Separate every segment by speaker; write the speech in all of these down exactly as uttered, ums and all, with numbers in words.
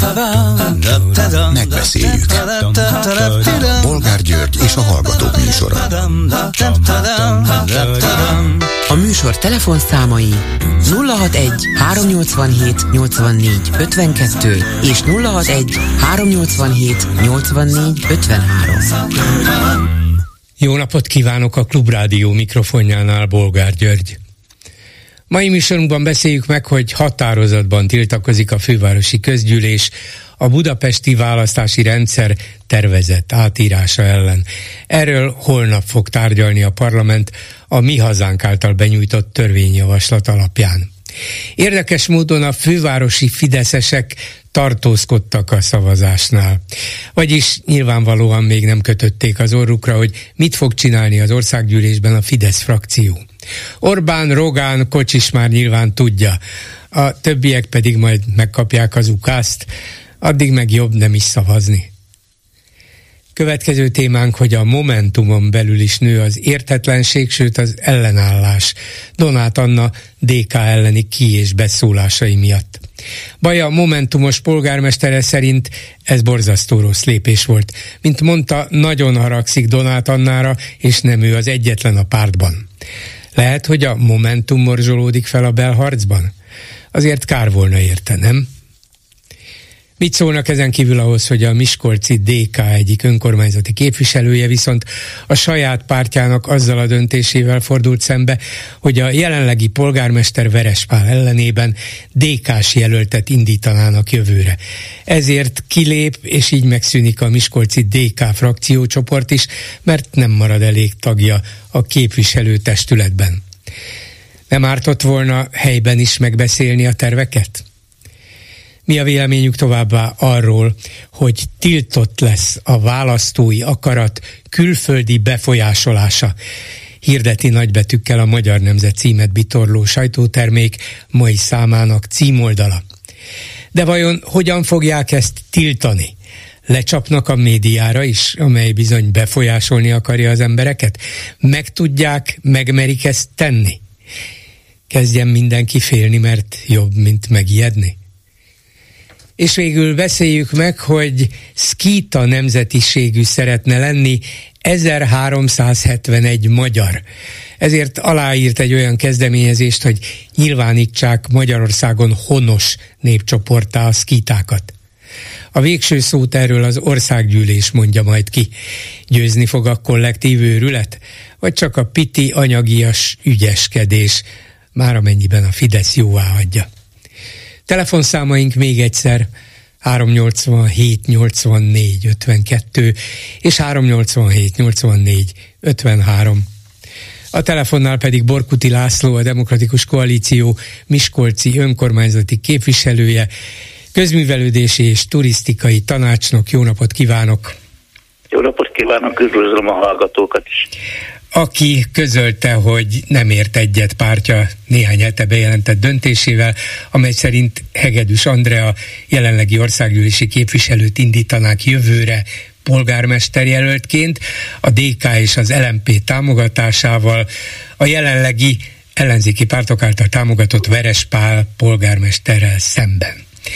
Speaker 1: Megbeszéljük. Bolgár György és a Hallgatók műsora.
Speaker 2: A műsor telefonszámai nulla hatvanegy háromnyolcvanhét nyolcvannégy ötvenkettő és nulla hatvanegy háromnyolcvanhét nyolcvannégy ötvenhárom.
Speaker 3: Jó napot kívánok, a Klubrádió mikrofonjánál Bolgár György. Mai műsorunkban beszéljük meg, hogy határozatban tiltakozik a fővárosi közgyűlés a budapesti választási rendszer tervezett átírása ellen. Erről holnap fog tárgyalni a parlament a Mi Hazánk által benyújtott törvényjavaslat alapján. Érdekes módon a fővárosi fideszesek tartózkodtak a szavazásnál. Vagyis nyilvánvalóan még nem kötötték az orrukra, hogy mit fog csinálni az országgyűlésben a Fidesz frakció. Orbán, Rogán, Kocsis már nyilván tudja, a többiek pedig majd megkapják az ukázt, addig meg jobb nem is szavazni. Következő témánk, hogy a Momentumon belül is nő az értetlenség, sőt az ellenállás Donát Anna dé ká elleni ki- és beszólásai miatt. Baja Momentumos polgármestere szerint ez borzasztó rossz lépés volt. Mint mondta, nagyon haragszik Donát Annára, és nem ő az egyetlen a pártban. Lehet, hogy a Momentum morzsolódik fel a belharcban? Azért kár volna érte, nem? Mit szólnak ezen kívül ahhoz, hogy a miskolci dé ká egyik önkormányzati képviselője viszont a saját pártjának azzal a döntésével fordult szembe, hogy a jelenlegi polgármester Verespál ellenében dé ká-s jelöltet indítanának jövőre. Ezért kilép, és így megszűnik a miskolci dé ká frakciócsoport is, mert nem marad elég tagja a képviselőtestületben. Nem ártott volna helyben is megbeszélni a terveket? Mi a véleményük továbbá arról, hogy tiltott lesz a választói akarat külföldi befolyásolása? Hirdeti nagybetűkkel a Magyar Nemzet címet bitorló sajtótermék mai számának címoldala. De vajon hogyan fogják ezt tiltani? Lecsapnak a médiára is, amely bizony befolyásolni akarja az embereket? Meg tudják, megmerik ezt tenni? Kezdjen mindenki félni, mert jobb, mint megijedni. És végül beszéljük meg, hogy szkíta nemzetiségű szeretne lenni ezerháromszázhetvenegy magyar. Ezért aláírt egy olyan kezdeményezést, hogy nyilvánítsák Magyarországon honos népcsoporttá a szkítákat. A végső szót erről az országgyűlés mondja majd ki. Győzni fog a kollektív őrület? Vagy csak a piti anyagias ügyeskedés, már amennyiben a Fidesz jóvá hagyja. Telefonszámaink még egyszer háromnyolcvanhét nyolcvannégy ötvenkettő és háromnyolcvanhét nyolcvannégy ötvenhárom. A telefonnál pedig Borkuti László, a Demokratikus Koalíció miskolci önkormányzati képviselője, közművelődési és turisztikai tanácsnok. Jó napot kívánok!
Speaker 4: Jó napot kívánok, üdvözlöm a hallgatókat is!
Speaker 3: Aki közölte, hogy nem ért egyet pártja néhány hete bejelentett döntésével, amely szerint Hegedűs Andrea jelenlegi országgyűlési képviselőt indítanák jövőre polgármesterjelöltként, a dé ká és az el em pé támogatásával a jelenlegi ellenzéki pártok által támogatott Verespál polgármesterrel szemben.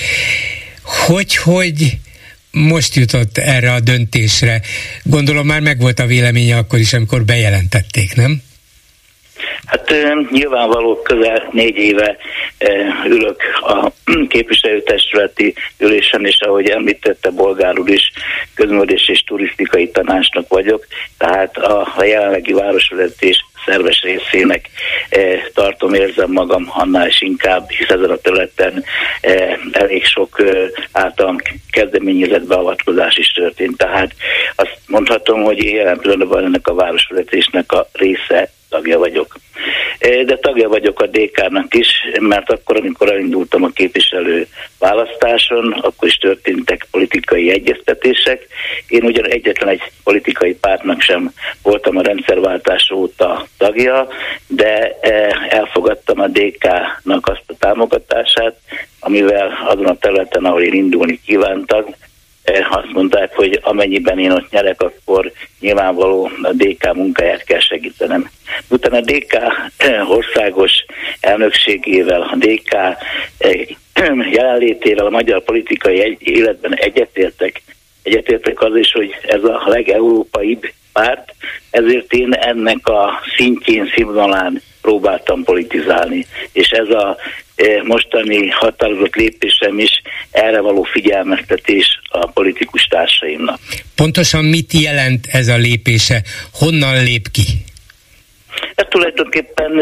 Speaker 3: Hogy, hogy most jutott erre a döntésre? Gondolom már megvolt a véleménye akkor is, amikor bejelentették, nem?
Speaker 4: Hát nyilvánvaló, közel négy éve ülök a képviselőtestületi ülésen, és ahogy említette Bolgár úr is, közművelési és turisztikai tanácsnok vagyok, tehát a, a jelenlegi városvezetés szerves részének eh, tartom, érzem magam annál is inkább, hisz ezen a területen eh, elég sok eh, általam kezdeményezett beavatkozás is történt. Tehát azt mondhatom, hogy én jelen pillanatban ennek a városvezetésnek a része, tagja vagyok. De tagja vagyok a dé ká-nak is, mert akkor, amikor elindultam a képviselő választáson, akkor is történtek politikai egyeztetések. Én ugyan egyetlen egy politikai pártnak sem voltam a rendszerváltás óta tagja, de elfogadtam a dé ká-nak azt a támogatását, amivel azon a területen, ahol én indulni kívántak, azt mondták, hogy amennyiben én ott nyerek, akkor nyilvánvaló a dé ká munkáját kell segítenem. Utána a dé ká országos elnökségével, a dé ká jelenlétével a magyar politikai életben egyetértek. Egyetértek az is, hogy ez a legeurópaibb párt, ezért én ennek a szintjén, színvonalán próbáltam politizálni. És ez a mostani határozott lépésem is erre való figyelmeztetés a politikus társaimnak.
Speaker 3: Pontosan mit jelent ez a lépése? Honnan lép ki?
Speaker 4: Ez tulajdonképpen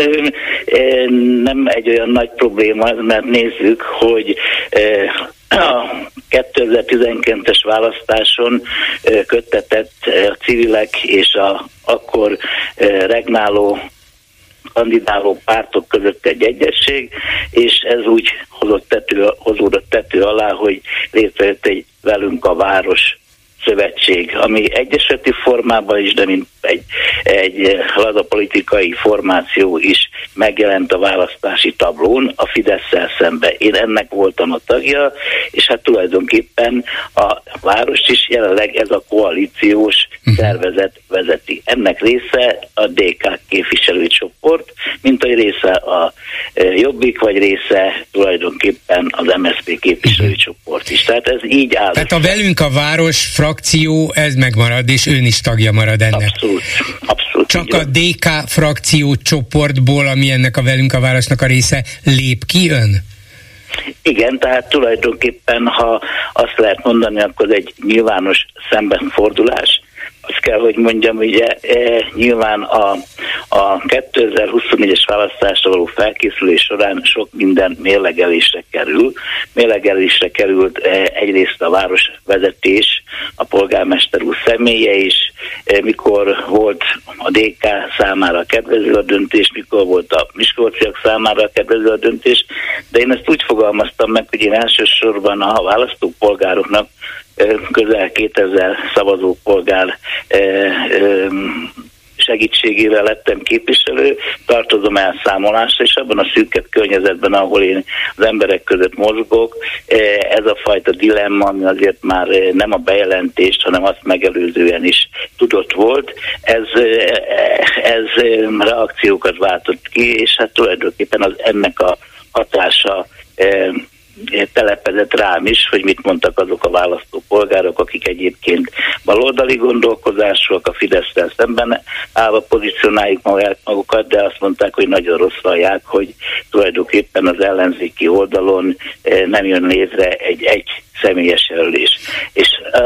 Speaker 4: nem egy olyan nagy probléma, mert nézzük, hogy a kétezer-tizenkettes választáson köttetett a civilek és a akkor regnáló kandidáló pártok között egy egyesség, és ez úgy hozott tető, hozódott tető alá, hogy létrejött egy Velünk a Város szövetség, ami egyesületi formában is, de mint egy, egy laza politikai formáció is megjelent a választási tablón a Fidesszel szembe. Én ennek voltam a tagja, és hát tulajdonképpen a várost is jelenleg ez a koalíciós szervezet vezeti. Ennek része a dé ká képviselőcsoport, mint a része a Jobbik, vagy része tulajdonképpen az em es zé pé képviselőcsoport is. Tehát ez így áll.
Speaker 3: Tehát a Velünk a Város frakció, ez megmarad, és ön is tagja marad ennek.
Speaker 4: Abszolút, abszolút.
Speaker 3: Csak a dé ká frakció csoportból, ami ennek a Velünk a Városnak a része, lép ki ön?
Speaker 4: Igen, tehát tulajdonképpen, ha azt lehet mondani, akkor egy nyilvános szembenfordulás. Azt kell, hogy mondjam, ugye e, nyilván a, a kétezer-huszonnégyes választásra való felkészülés során sok minden mérlegelésre kerül. Mérlegelésre került e, egyrészt a városvezetés, a polgármester úr személye is, e, mikor volt a dé ká számára kedvező a döntés, mikor volt a miskolciak számára kedvező a döntés, de én ezt úgy fogalmaztam meg, hogy én elsősorban a választópolgároknak közel kétezer szavazópolgár segítségével lettem képviselő, tartozom elszámolásra, és abban a szűkebb környezetben, ahol én az emberek között mozgok, ez a fajta dilemma, ami azért már nem a bejelentést, hanem azt megelőzően is tudott volt, ez, ez reakciókat váltott ki, és hát tulajdonképpen az ennek a hatása telepedett rám is, hogy mit mondtak azok a választópolgárok, akik egyébként baloldali gondolkozásúak, a Fidesszel szemben állva pozícionáljuk magukat, de azt mondták, hogy nagyon rossz hallják, hogy tulajdonképpen az ellenzéki oldalon nem jön létre egy, egy személyes jelölés. És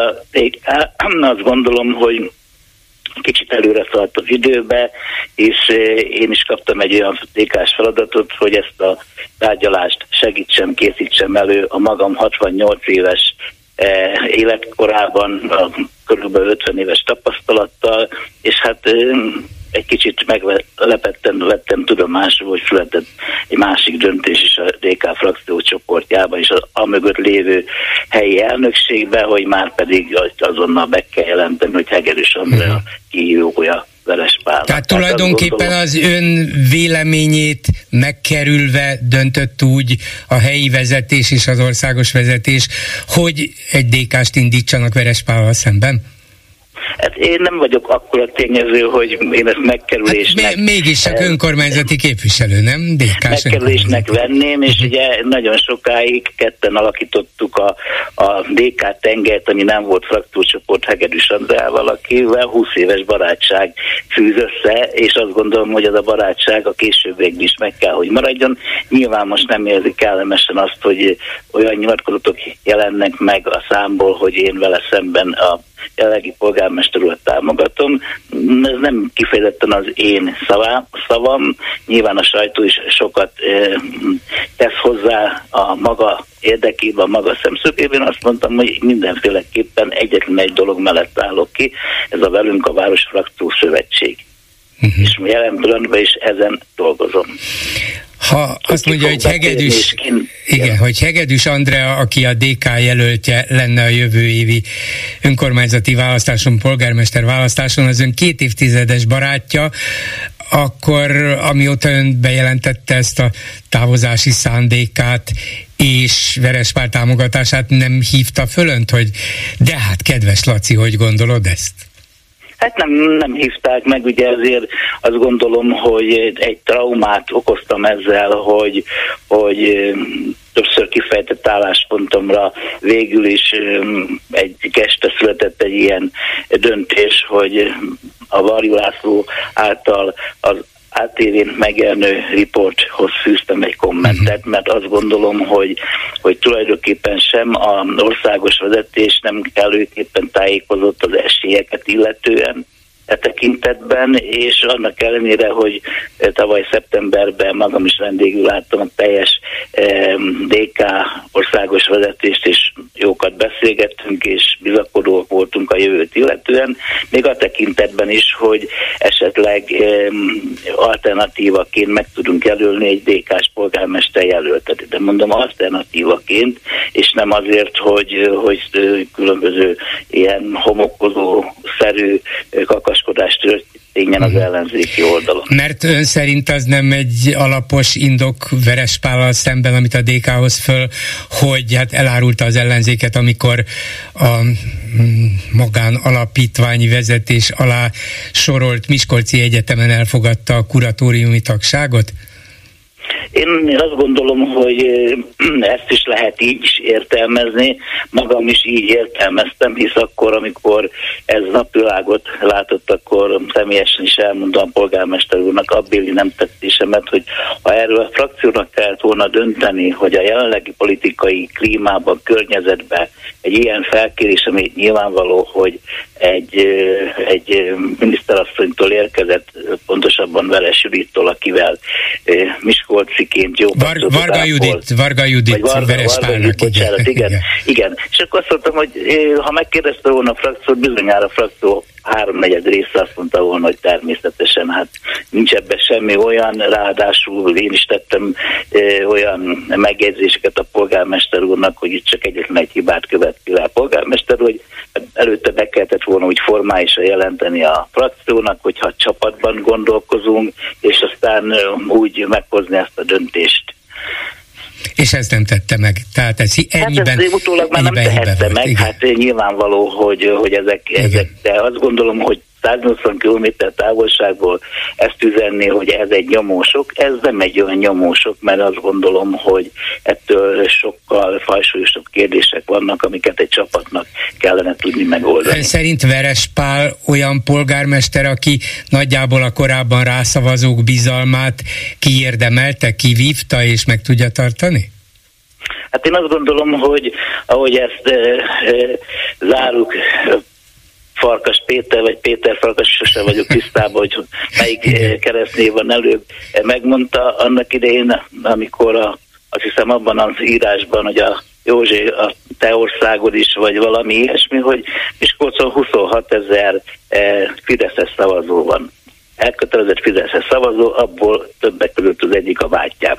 Speaker 4: uh, azt gondolom, hogy kicsit előre szaladt az időbe, és én is kaptam egy olyan dé ká-s feladatot, hogy ezt a tárgyalást segítsem, készítsem elő a magam hatvannyolc éves életkorában, a körülbelül ötven éves tapasztalattal, és hát egy kicsit meglepetten vettem tudomásul, hogy született egy másik döntés is a dé ká frakció csoportjában, és az amögött lévő helyi elnökségben, hogy már pedig azonnal be kell jelenteni, hogy Hegedűs Andrea kihívója Verespál.
Speaker 3: Tehát tulajdonképpen az ön véleményét megkerülve döntött úgy a helyi vezetés és az országos vezetés, hogy egy dé ká-st indítsanak Verespállal szemben?
Speaker 4: Hát én nem vagyok akkora tényező, hogy én ezt megkerülésnek... Hát
Speaker 3: mégis csak önkormányzati képviselő, nem? dé ká-s
Speaker 4: megkerülésnek venném, és uh-huh. ugye nagyon sokáig ketten alakítottuk a, a dé ká tengelyt, ami nem volt frakciócsoport Hegedűs Andreával, akivel húsz éves barátság fűz össze, és azt gondolom, hogy ez a barátság a későbbiekben is meg kell, hogy maradjon. Nyilván most nem érzik kellemesen azt, hogy olyan nyilatkozatok jelennek meg a számból, hogy én vele szemben a jelenlegi polgármester urat támogatom. Ez nem kifejezetten az én szavá, szavam, nyilván a sajtó is sokat e, tesz hozzá a maga érdekében, a maga szemszögében. Azt mondtam, hogy mindenféleképpen egyetlen egy dolog mellett állok ki, ez a Velünk a Város frakció szövetség. Uh-huh. És jelen pillanatban is ezen dolgozom.
Speaker 3: Ha azt mondja, hogy Hegedűs, igen, hogy Hegedűs Andrea, aki a dé ká jelöltje lenne a jövő évi önkormányzati választáson, polgármester választáson, az ön két évtizedes barátja, akkor amióta ön bejelentette ezt a távozási szándékát és Verespál támogatását, nem hívta föl önt, hogy de hát kedves Laci, hogy gondolod ezt?
Speaker 4: Hát nem, nem hívták meg, ugye ezért azt gondolom, hogy egy traumát okoztam ezzel, hogy, hogy többször kifejtett álláspontomra végül is egy este született egy ilyen döntés, hogy a Varjú László által az á té vén megjelenő riporthoz fűztem egy kommentet, mert azt gondolom, hogy, hogy tulajdonképpen sem az országos vezetés nem kellőképpen tájékozott az esélyeket illetően e tekintetben, és annak ellenére, hogy tavaly szeptemberben magam is vendégül láttam a teljes dé ká országos vezetést, és jókat beszélgettünk, és bizakodóak voltunk a jövőt illetően, még a tekintetben is, hogy esetleg alternatívaként meg tudunk jelölni egy dé ká-s polgármester jelöltet. De mondom alternatívaként, és nem azért, hogy, hogy különböző ilyen homokozó-szerű kakaskodás történjen az ellenzéki oldalon.
Speaker 3: Mert ön szerint az nem egy alapos indok Verespállal szemben, amit a dé ká-hoz föl, hogy hát elárulta az ellenzéket, amikor a magán alapítványi vezetés alá sorolt Miskolci Egyetemen elfogadta a kuratóriumi tagságot?
Speaker 4: Én azt gondolom, hogy ezt is lehet így is értelmezni, magam is így értelmeztem, hisz akkor, amikor ez napvilágot látott, akkor személyesen is elmondtam a polgármester úrnak abbéli nem tetésemet, hogy ha erről a frakciónak kellett volna dönteni, hogy a jelenlegi politikai klímában, környezetben egy ilyen felkérés, ami nyilvánvaló, hogy egy, egy miniszterasszonytól érkezett, pontosabban Veres Judittól, akivel Miskolciként jó
Speaker 3: Var, Varga Judit, Varga Judit, Verespálnak,
Speaker 4: igen, igen, igen. igen. És akkor azt mondtam, hogy ha megkérdezte volna a frakciót, bizonyára a frakció háromnegyed része azt mondta volna, hogy természetesen, hát nincs ebben semmi olyan, ráadásul én is tettem e, olyan megjegyzéseket a polgármester úrnak, hogy itt csak egyetlen egy hibát követ ki a polgármester, hogy előtte be kellett volna úgy formálisan jelenteni a frakciónak, hogyha csapatban gondolkozunk, és aztán úgy meghozni ezt a döntést.
Speaker 3: És ezt nem tette meg. Tehát ez ennyiben,
Speaker 4: hát ez utólag már nem tehette meg, igen. Hát nyilvánvaló, hogy, hogy ezek, ezek, de azt gondolom, hogy száznyolcvan kilométer távolságból ezt üzenni, hogy ez egy nyomósok, ez nem egy olyan nyomósok, mert azt gondolom, hogy ettől sokkal fajsúlyosabb kérdések vannak, amiket egy csapatnak kellene tudni megoldani.
Speaker 3: Szerint Verespál olyan polgármester, aki nagyjából a korábban rászavazók bizalmát kiérdemelte, kivívta és meg tudja tartani?
Speaker 4: Hát én azt gondolom, hogy ahogy ezt e, e, záruk Farkas Péter, vagy Péter Farkas, sose vagyok tisztában, hogy melyik keresztnév van előbb, megmondta annak idején, amikor a, azt hiszem abban az írásban, hogy a Józsi, a te országod is, vagy valami ilyesmi, hogy Miskolcon huszonhatezer fideszes szavazó van. Elkötelezett fideszes szavazó, abból többek között az egyik a bátyám.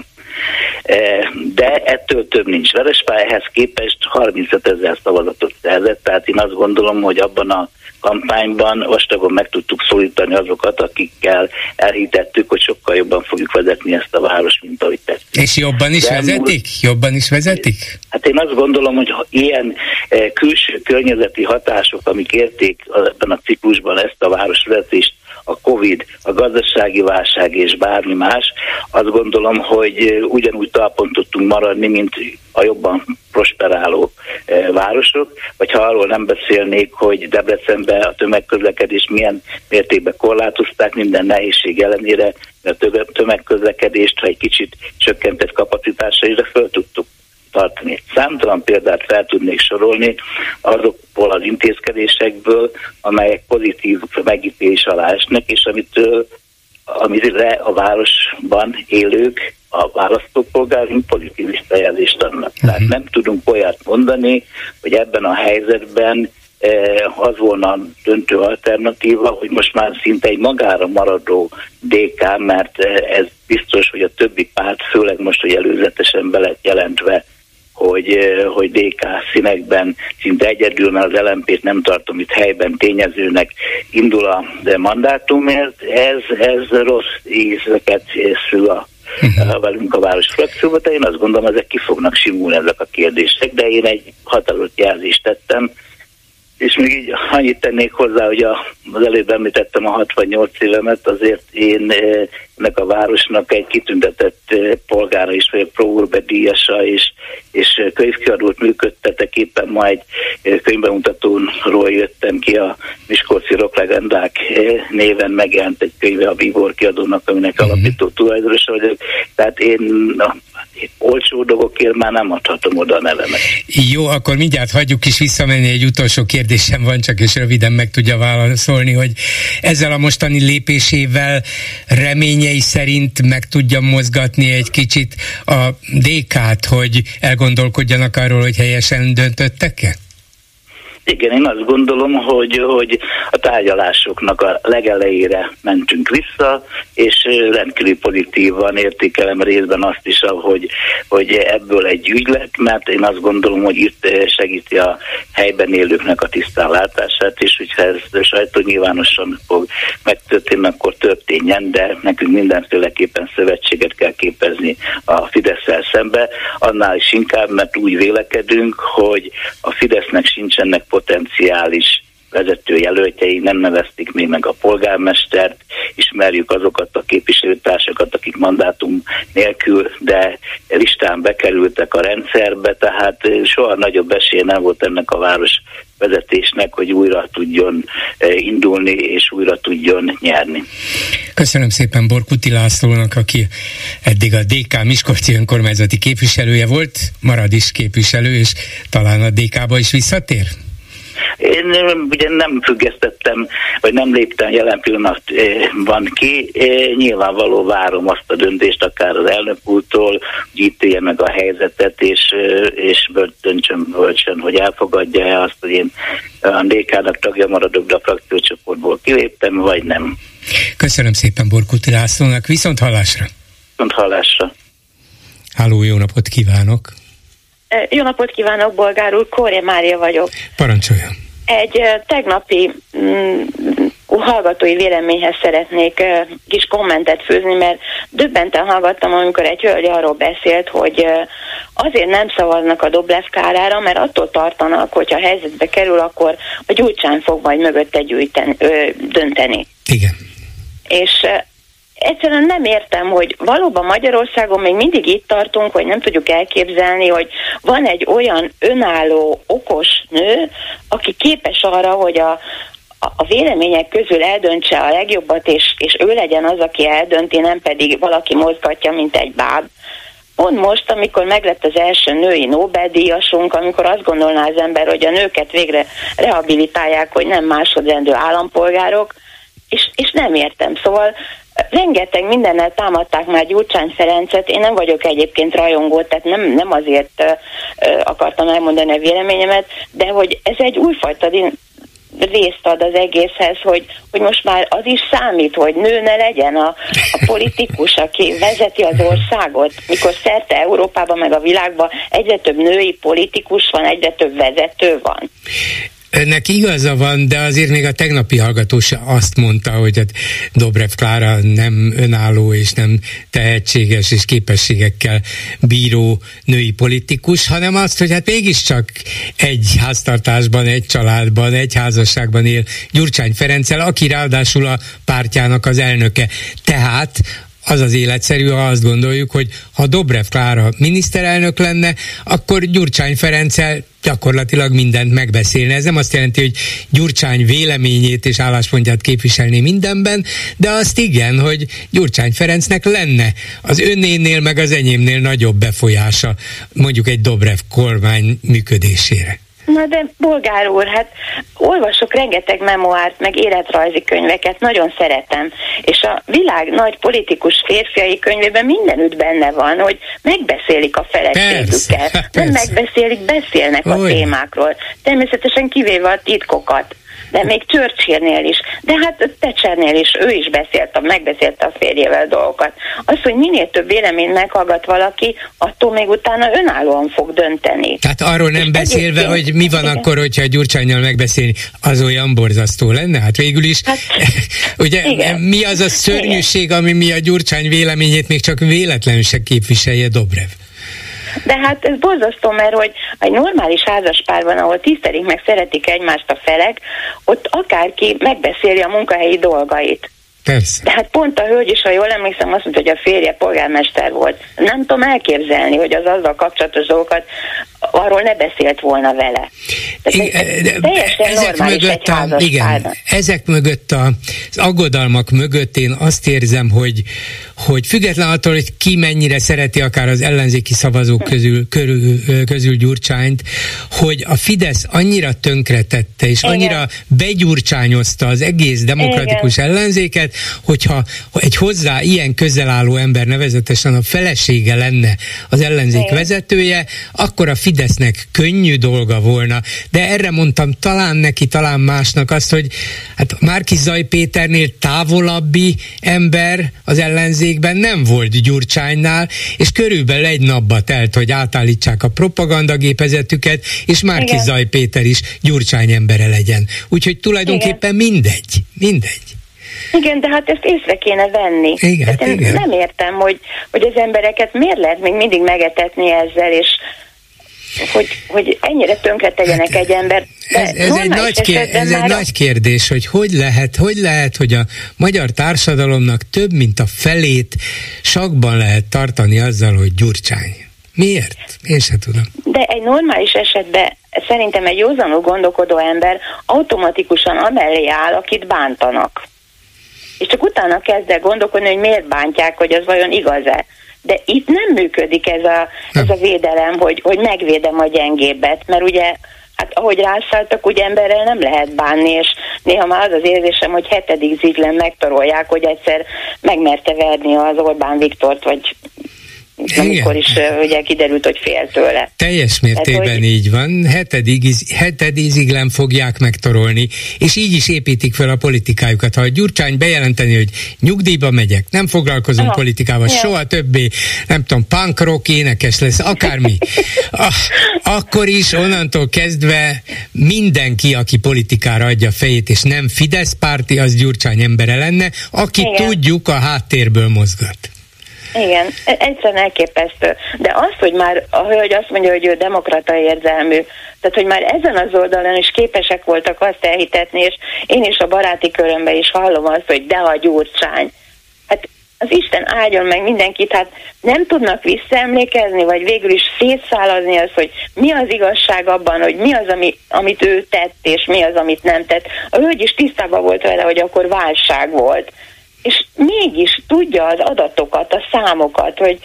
Speaker 4: De ettől több nincs. Verespál ehhez képest harmincötezer szavazatot szerzett, tehát én azt gondolom, hogy abban a kampányban vastagon meg tudtuk szólítani azokat, akikkel elhitettük, hogy sokkal jobban fogjuk vezetni ezt a város, mint ahogy tettük.
Speaker 3: És jobban is De vezetik? Múl... Jobban is vezetik?
Speaker 4: Hát én azt gondolom, hogy ilyen eh, külső környezeti hatások, amik érték ebben a ciklusban ezt a városvezetést, a Covid, a gazdasági válság és bármi más, azt gondolom, hogy ugyanúgy talpon tudtunk maradni, mint a jobban prosperáló városok, vagy ha arról nem beszélnék, hogy Debrecenben a tömegközlekedés milyen mértékben korlátozták minden nehézség ellenére, mert a tömegközlekedést, ha egy kicsit csökkentett kapacitásaira föl tudtuk tartani. Számtalan példát fel tudnék sorolni azokból az intézkedésekből, amelyek pozitív megítélés alá esnek, és amitől, amire a városban élők, a választópolgárunk pozitív visszajelzést adnak. Uh-huh. Tehát nem tudunk olyat mondani, hogy ebben a helyzetben az volna a döntő alternatíva, hogy most már szinte egy magára maradó dé ká, mert ez biztos, hogy a többi párt, főleg most, hogy előzetesen be lett jelentve hogy, hogy dé ká színekben szinte egyedül, mert az el em pét nem tartom itt helyben tényezőnek indul a mandátumért. Ez, ez rossz ízeket szül a uh-huh. velünk a város frakcióba, de én azt gondolom, ezek ki fognak simulni ezek a kérdések, de én egy határozott jelzést tettem, és még így annyit tennék hozzá, hogy a, az előbb említettem a hatvannyolc évemet, azért én ennek a városnak egy kitüntetett polgára is vagyok, Pro Urbe díjasa, és, és könyvkiadót működtetek, éppen ma egy könyvbemutatóról jöttem ki, a Miskolci Rocklegendák néven megjelent egy könyve a Bíbor kiadónak, aminek uh-huh. alapító tulajdonosa vagyok, tehát én na, olcsó dolgokért már nem adhatom oda a nevemet.
Speaker 3: Jó, akkor mindjárt hagyjuk is visszamenni, egy utolsó kérdésem van, csak és röviden meg tudja válaszolni, hogy ezzel a mostani lépésével reményei szerint meg tudja mozgatni egy kicsit a dé kát, hogy elgondolkodjanak arról, hogy helyesen döntöttek-e?
Speaker 4: Igen, én azt gondolom, hogy, hogy a tárgyalásoknak a legelejére mentünk vissza, és rendkívül pozitívan értékelem részben azt is, hogy, hogy ebből egy ügylet, mert én azt gondolom, hogy itt segíti a helyben élőknek a tisztánlátását, és hogyha ez sajtó nyilvánosan fog megtörténni, akkor történjen, de nekünk mindenféleképpen szövetséget kell képezni a Fidesszel szembe, annál is inkább, mert úgy vélekedünk, hogy a Fidesznek sincsenek potenciális vezetőjelöltjei, nem nevezték még meg a polgármestert, ismerjük azokat a képviselőtársakat, akik mandátum nélkül, de listán bekerültek a rendszerbe, tehát soha nagyobb esély nem volt ennek a város vezetésnek, hogy újra tudjon indulni és újra tudjon nyerni.
Speaker 3: Köszönöm szépen Borkuti Lászlónak, aki eddig a dé ká Miskolci önkormányzati képviselője volt, marad is képviselő, és talán a dé kába is visszatér?
Speaker 4: Én ugye nem függesztettem, vagy nem léptem jelen pillanatban ki. Nyilvánvaló várom azt a döntést akár az elnök úrtól, hogy ítélje meg a helyzetet, és, és döntsön bölcsen, hogy elfogadja-e azt, hogy én a dé kának tagja maradok, de a frakciócsoportból kiléptem, vagy nem.
Speaker 3: Köszönöm szépen Borkuti Lászlónak, viszont hallásra!
Speaker 4: Viszont hallásra!
Speaker 3: Háló, jó napot kívánok!
Speaker 5: Jó napot kívánok, Bolgár úr, Kóré Mária vagyok.
Speaker 3: Parancsoljon.
Speaker 5: Egy uh, tegnapi um, hallgatói véleményhez szeretnék uh, kis kommentet főzni, mert döbbenten hallgattam, amikor egy hölgy arról beszélt, hogy uh, azért nem szavaznak a Dobrev Klárára, mert attól tartanak, hogyha helyzetbe kerül, akkor a Gyurcsány fog majd mögötte gyűjteni, ö, dönteni.
Speaker 3: Igen.
Speaker 5: És uh, egyszerűen nem értem, hogy valóban Magyarországon még mindig itt tartunk, hogy nem tudjuk elképzelni, hogy van egy olyan önálló, okos nő, aki képes arra, hogy a, a vélemények közül eldöntse a legjobbat, és, és ő legyen az, aki eldönti, nem pedig valaki mozgatja, mint egy báb. Pont most, amikor meglett az első női Nobel-díjasunk, amikor azt gondolná az ember, hogy a nőket végre rehabilitálják, hogy nem másodrendű állampolgárok, és, és nem értem. Szóval rengeteg mindennel támadták már Gyurcsány Ferencet, én nem vagyok egyébként rajongó, tehát nem, nem azért uh, uh, akartam elmondani a véleményemet, de hogy ez egy újfajta részt ad az egészhez, hogy, hogy most már az is számít, hogy nő ne legyen a, a politikus, aki vezeti az országot, mikor szerte Európában meg a világban egyre több női politikus van, egyre több vezető van.
Speaker 3: Önnek igaza van, de azért még a tegnapi hallgató se azt mondta, hogy hát Dobrev Klára nem önálló és nem tehetséges és képességekkel bíró női politikus, hanem azt, hogy hát mégiscsak egy háztartásban, egy családban, egy házasságban él Gyurcsány Ferenccel, aki ráadásul a pártjának az elnöke. Tehát az az életszerű, ha azt gondoljuk, hogy ha Dobrev Klára miniszterelnök lenne, akkor Gyurcsány Ferenccel gyakorlatilag mindent megbeszélne. Ez nem azt jelenti, hogy Gyurcsány véleményét és álláspontját képviselné mindenben, de azt igen, hogy Gyurcsány Ferencnek lenne az önnénél meg az enyémnél nagyobb befolyása mondjuk egy Dobrev kormány működésére.
Speaker 5: Na de Bolgár úr, hát olvasok rengeteg memoárt, meg életrajzi könyveket, nagyon szeretem, és a világ nagy politikus férfiai könyvében mindenütt benne van, hogy megbeszélik a feleségükkel. Nem megbeszélik, beszélnek a témákról. Természetesen kivéve a titkokat. de még Churchillnél is, de hát Thatchernél is, ő is beszélt, megbeszélte a férjével dolgokat. Az, hogy minél több véleményt meghallgat valaki, attól még utána önállóan fog dönteni.
Speaker 3: Tehát arról nem és beszélve, egyébként, hogy mi van igen. akkor, hogyha a Gyurcsánnyal megbeszélni, az olyan borzasztó lenne? Hát végül is, hát, ugye igen. mi az a szörnyűség, igen. ami mi a Gyurcsány véleményét még csak véletlenül se képviselje Dobrev?
Speaker 5: De hát ez borzasztó, mert hogy egy normális házaspárban, ahol tisztelik meg szeretik egymást a felek, ott akárki megbeszéli a munkahelyi dolgait.
Speaker 3: Persze.
Speaker 5: De hát pont a hölgy is, ha jól emlékszem, azt mondta, hogy a férje polgármester volt. Nem tudom elképzelni, hogy az azzal kapcsolatos dolgokat arról ne beszélt volna vele.
Speaker 3: Igen, ezek mögött a, igen, ezek mögött a, az aggodalmak mögött én azt érzem, hogy, hogy független attól, hogy ki mennyire szereti akár az ellenzéki szavazók közül, körül, közül Gyurcsányt, hogy a Fidesz annyira tönkretette, és annyira igen. begyurcsányozta az egész demokratikus igen. ellenzéket, hogyha egy hozzá ilyen közel álló ember, nevezetesen a felesége lenne az ellenzék igen. vezetője, akkor a Fidesznek könnyű dolga volna. De erre mondtam talán neki, talán másnak azt, hogy hát Márki-Zay Péternél távolabbi ember az ellenzékben nem volt Gyurcsánynál, és körülbelül egy napba telt, hogy átállítsák a propagandagépezetüket, és Márki-Zay Péter is Gyurcsány embere legyen. Úgyhogy tulajdonképpen igen. mindegy. Mindegy.
Speaker 5: Igen, de hát ezt észre kéne venni.
Speaker 3: Igen, hát
Speaker 5: én
Speaker 3: igen.
Speaker 5: nem értem, hogy, hogy az embereket miért lehet még mindig megetetni ezzel, és hogy, hogy ennyire tönkre tegyenek hát, egy ember.
Speaker 3: Ez, ez, egy nagy, kér, ez egy nagy kérdés, hogy hogy lehet, hogy lehet, hogy a magyar társadalomnak több mint a felét sakban lehet tartani azzal, hogy Gyurcsány. Miért? Én sem tudom.
Speaker 5: De egy normális esetben szerintem egy józanul gondolkodó ember automatikusan amellé áll, akit bántanak. És csak utána kezd el gondolkodni, hogy miért bántják, hogy az vajon igaz-e. De itt nem működik ez a, ez a védelem, hogy, hogy megvédem a gyengébbet, mert ugye, hát ahogy rászálltak, ugye emberrel nem lehet bánni, és néha már az az érzésem, hogy hetedik Ziglen megtarolják, hogy egyszer megmerte verni az Orbán Viktort, vagy amikor is ugye kiderült, hogy fél tőle.
Speaker 3: Teljes mértékben hát, hogy... így van. Hetedik, hetedik Ziglen fogják megtorolni, és így is építik fel a politikájukat. Ha a Gyurcsány bejelenteni, hogy nyugdíjba megyek, nem foglalkozom Aha. politikával, ja. soha többé, nem tudom, punk rock énekes lesz, akármi. ah, akkor is onnantól kezdve mindenki, aki politikára adja fejét, és nem Fidesz párti, az Gyurcsány embere lenne, aki Igen. tudjuk a háttérből mozgat.
Speaker 5: Igen, egyszerűen elképesztő. De az, hogy már a hölgy azt mondja, hogy ő demokrata érzelmű, tehát, hogy már ezen az oldalon is képesek voltak azt elhitetni, és én is a baráti körömben is hallom azt, hogy de a Gyurcsány. Hát az Isten áldjon meg mindenkit, hát nem tudnak visszaemlékezni, vagy végül is szétszálazni az, hogy mi az igazság abban, hogy mi az, ami, amit ő tett, és mi az, amit nem tett. A hölgy is tisztában volt vele, hogy akkor válság volt. És mégis tudja az adatokat, a számokat, hogy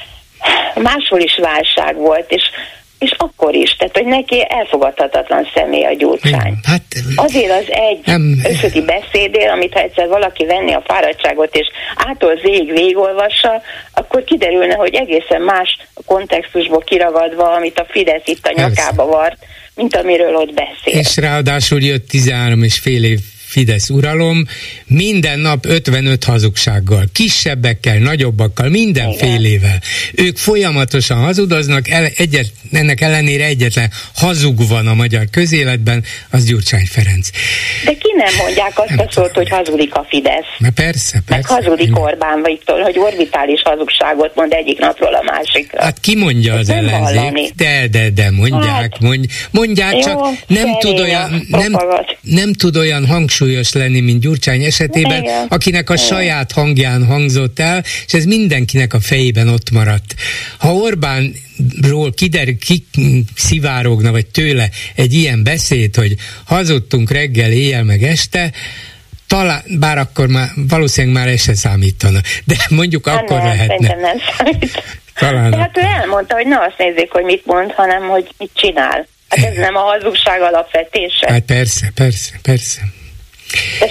Speaker 5: máshol is válság volt, és, és akkor is, tehát hogy neki elfogadhatatlan személy a Gyurcsány. Hát, azért az egy nem, összödi beszédél, amit ha egyszer valaki venni a fáradtságot, és ától zég végigolvassa, akkor kiderülne, hogy egészen más kontextusból kiragadva, amit a Fidesz itt a nyakába vart, mint amiről ott beszél. És
Speaker 3: ráadásul jött tizenhárom és fél év Fidesz uralom, minden nap ötvenöt hazugsággal, kisebbekkel, nagyobbakkal, mindenfélével. Ők folyamatosan hazudoznak, el, egyet, ennek ellenére egyetlen hazug van a magyar közéletben, az Gyurcsány Ferenc.
Speaker 5: De ki nem mondják azt nem a szót, hogy hazudik a Fidesz?
Speaker 3: Na persze, persze.
Speaker 5: Meg hazudik Orbán Viktor, hogy orbitális hazugságot mond egyik napról a másikra.
Speaker 3: Hát ki mondja az ellenzék? De, de, de, mondják, hát, mondj, mondják, jó, csak nem tud, olyan, nem, nem tud olyan hangsúlyos lenni, mint Gyurcsány esetében, igen, akinek a igen. saját hangján hangzott el, és ez mindenkinek a fejében ott maradt. Ha Orbánról kiderül, ki szivárogna, vagy tőle egy ilyen beszéd, hogy hazudtunk reggel, éjjel, meg este, talán, bár akkor már valószínűleg már ez se számítana. De mondjuk hát akkor nem, lehetne.
Speaker 5: Nem számít.
Speaker 3: Talán
Speaker 5: hát ő elmondta, hogy ne azt nézzék, hogy mit mond, hanem hogy mit csinál. Hát ez nem a hazugság alapvetése.
Speaker 3: Hát persze, persze, persze.
Speaker 5: Ez csak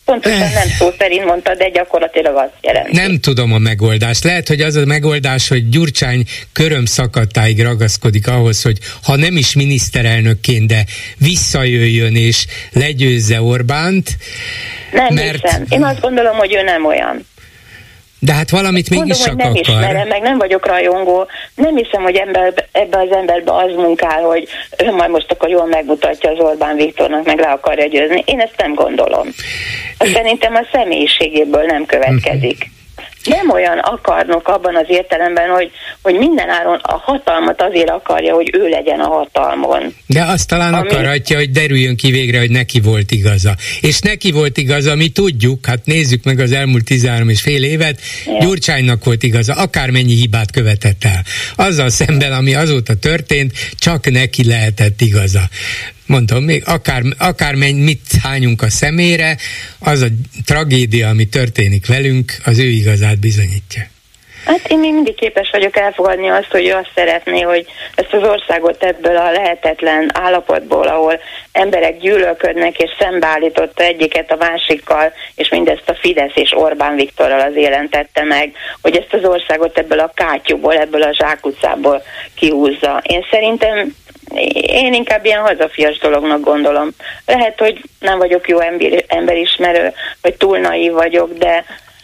Speaker 5: Pontosan nem szó szerint mondta, de gyakorlatilag azt jelenti.
Speaker 3: Nem tudom a megoldást. Lehet, hogy az a megoldás, hogy Gyurcsány körömszakadtáig ragaszkodik ahhoz, hogy ha nem is miniszterelnökként, de visszajöjjön és legyőzze Orbánt.
Speaker 5: Nem
Speaker 3: mert...
Speaker 5: hiszem. Én azt gondolom, hogy ő nem olyan.
Speaker 3: De hát valamit mégis csak
Speaker 5: nem
Speaker 3: akar.
Speaker 5: Ismerem, meg nem vagyok rajongó. Nem hiszem, hogy ember, ebbe az emberbe az munkál, hogy ő majd most akkor jól megmutatja az Orbán Viktornak, meg le akarja győzni. Én ezt nem gondolom. Azt szerintem a személyiségéből nem következik. Nem olyan akarnok abban az értelemben, hogy, hogy minden áron a hatalmat azért akarja, hogy ő legyen a hatalmon.
Speaker 3: De azt talán Ami... akarhatja, hogy derüljön ki végre, hogy neki volt igaza. És neki volt igaza, mi tudjuk, hát nézzük meg az elmúlt tizenhárom és fél évet, ja. Gyurcsánynak volt igaza, akármennyi hibát követett el. Azzal szemben, ami azóta történt, csak neki lehetett igaza. Mondom, még akár, akár mit hányunk a szemére, az a tragédia, ami történik velünk, az ő igazát bizonyítja.
Speaker 5: Hát én még mindig képes vagyok elfogadni azt, hogy ő azt szeretné, hogy ezt az országot ebből a lehetetlen állapotból, ahol emberek gyűlölködnek, és szembeállította egyiket a másikkal, és mindezt a Fidesz és Orbán Viktorral az élen tette meg, hogy ezt az országot ebből a kátyúból, ebből a zsákutcából kihúzza. Én szerintem Én inkább ilyen hazafias dolognak gondolom. Lehet, hogy nem vagyok jó ember, emberismerő, vagy túl naív vagyok, de,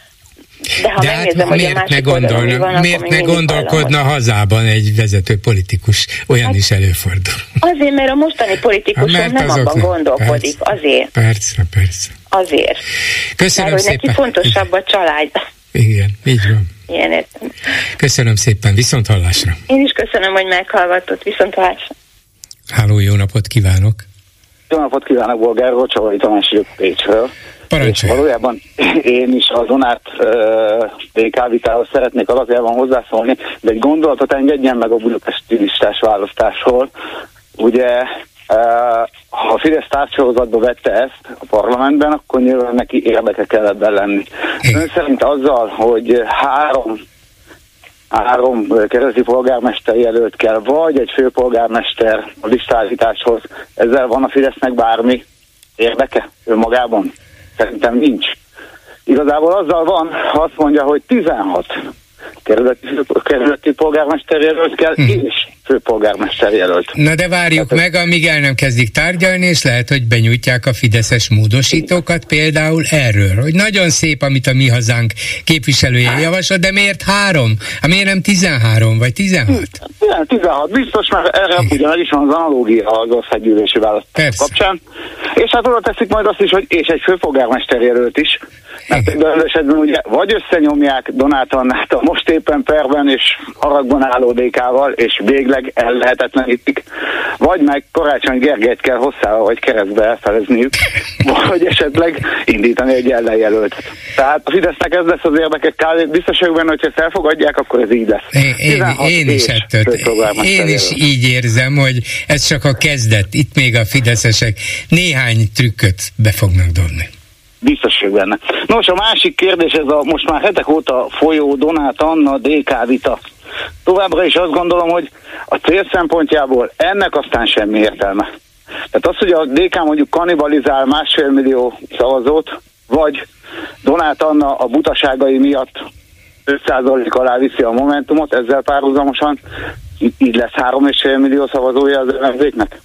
Speaker 5: de ha
Speaker 3: de
Speaker 5: megnézem,
Speaker 3: hát
Speaker 5: hogy a másik oldalon mi van,
Speaker 3: miért ne gondolkodna hallom, hazában egy vezető politikus? Olyan hát is előfordul.
Speaker 5: Azért, mert a mostani politikusom hát, nem abban nem. gondolkodik.
Speaker 3: Persze,
Speaker 5: azért.
Speaker 3: Persze, persze.
Speaker 5: Azért.
Speaker 3: Köszönöm
Speaker 5: mert,
Speaker 3: szépen.
Speaker 5: Neki fontosabb a család.
Speaker 3: Igen, így van.
Speaker 5: Ilyen értem.
Speaker 3: Köszönöm szépen, viszont hallásra.
Speaker 5: Én is köszönöm, hogy meghallgatott, viszont hallásra.
Speaker 3: Háló, jó napot kívánok!
Speaker 6: Jó napot kívánok, Bolgár úr, Csavai Tamás vagyok Pécsről.
Speaker 3: Parancsolja.
Speaker 6: Valójában én is a Donát dé ká vitához szeretnék alapjában hozzászólni, de egy gondolatot engedjen meg a budapesti listás választásról. Ugye, uh, ha a Fidesz tárgysorozatba vette ezt a parlamentben, akkor nyilván neki érdeke kell ebben lenni. Ön szerint azzal, hogy három három kerületi polgármester jelölt kell, vagy egy főpolgármester a listállításhoz, ezzel van a Fidesznek bármi érdeke önmagában? Szerintem nincs. Igazából azzal van, azt mondja, hogy tizenhat kerületi, kerületi polgármester jelölt kell, hm. és főpolgármester jelölt.
Speaker 3: Na de várjuk Tehát, meg, amíg el nem kezdik tárgyalni, és lehet, hogy benyújtják a fideszes módosítókat például erről, hogy nagyon szép, amit a Mi Hazánk képviselője javasol, de miért három? Hát miért nem tizenhárom vagy tizenhat?
Speaker 6: Igen, tizenhat. Biztos, mert erre ugyan is van az analógia az országgyűlési választás kapcsán. És hát oda teszik majd azt is, hogy és egy főpolgármester jelölt is. Mert ebben esetben ugye vagy összenyomják Donát Annát a most éppen perben és haragban álló dé ká-val, és végleg ellehetetlenítik, vagy meg Karácsony Gergelyt kell hosszával vagy keresztbe elfelezniük, vagy esetleg indítani egy ellenjelöltet. Tehát a Fidesznek ez lesz az érdekek, biztos vagyok benne, hogyha ezt elfogadják, akkor ez így lesz.
Speaker 3: Én, én, én is ettől, én is így érzem, hogy ez csak a kezdet. Itt még a fideszesek néhány trükköt be fognak dobni.
Speaker 6: Biztos vagyok benne. Nos, a másik kérdés, ez a most már hetek óta folyó Donát Anna dé ká vita. Továbbra is azt gondolom, hogy a cél szempontjából ennek aztán semmi értelme. Tehát az, hogy a dé ká mondjuk kannibalizál másfél millió szavazót, vagy Donát Anna a butaságai miatt öt százalék alá viszi a Momentumot, ezzel párhuzamosan így lesz három és fél millió szavazója az ellenzéknek.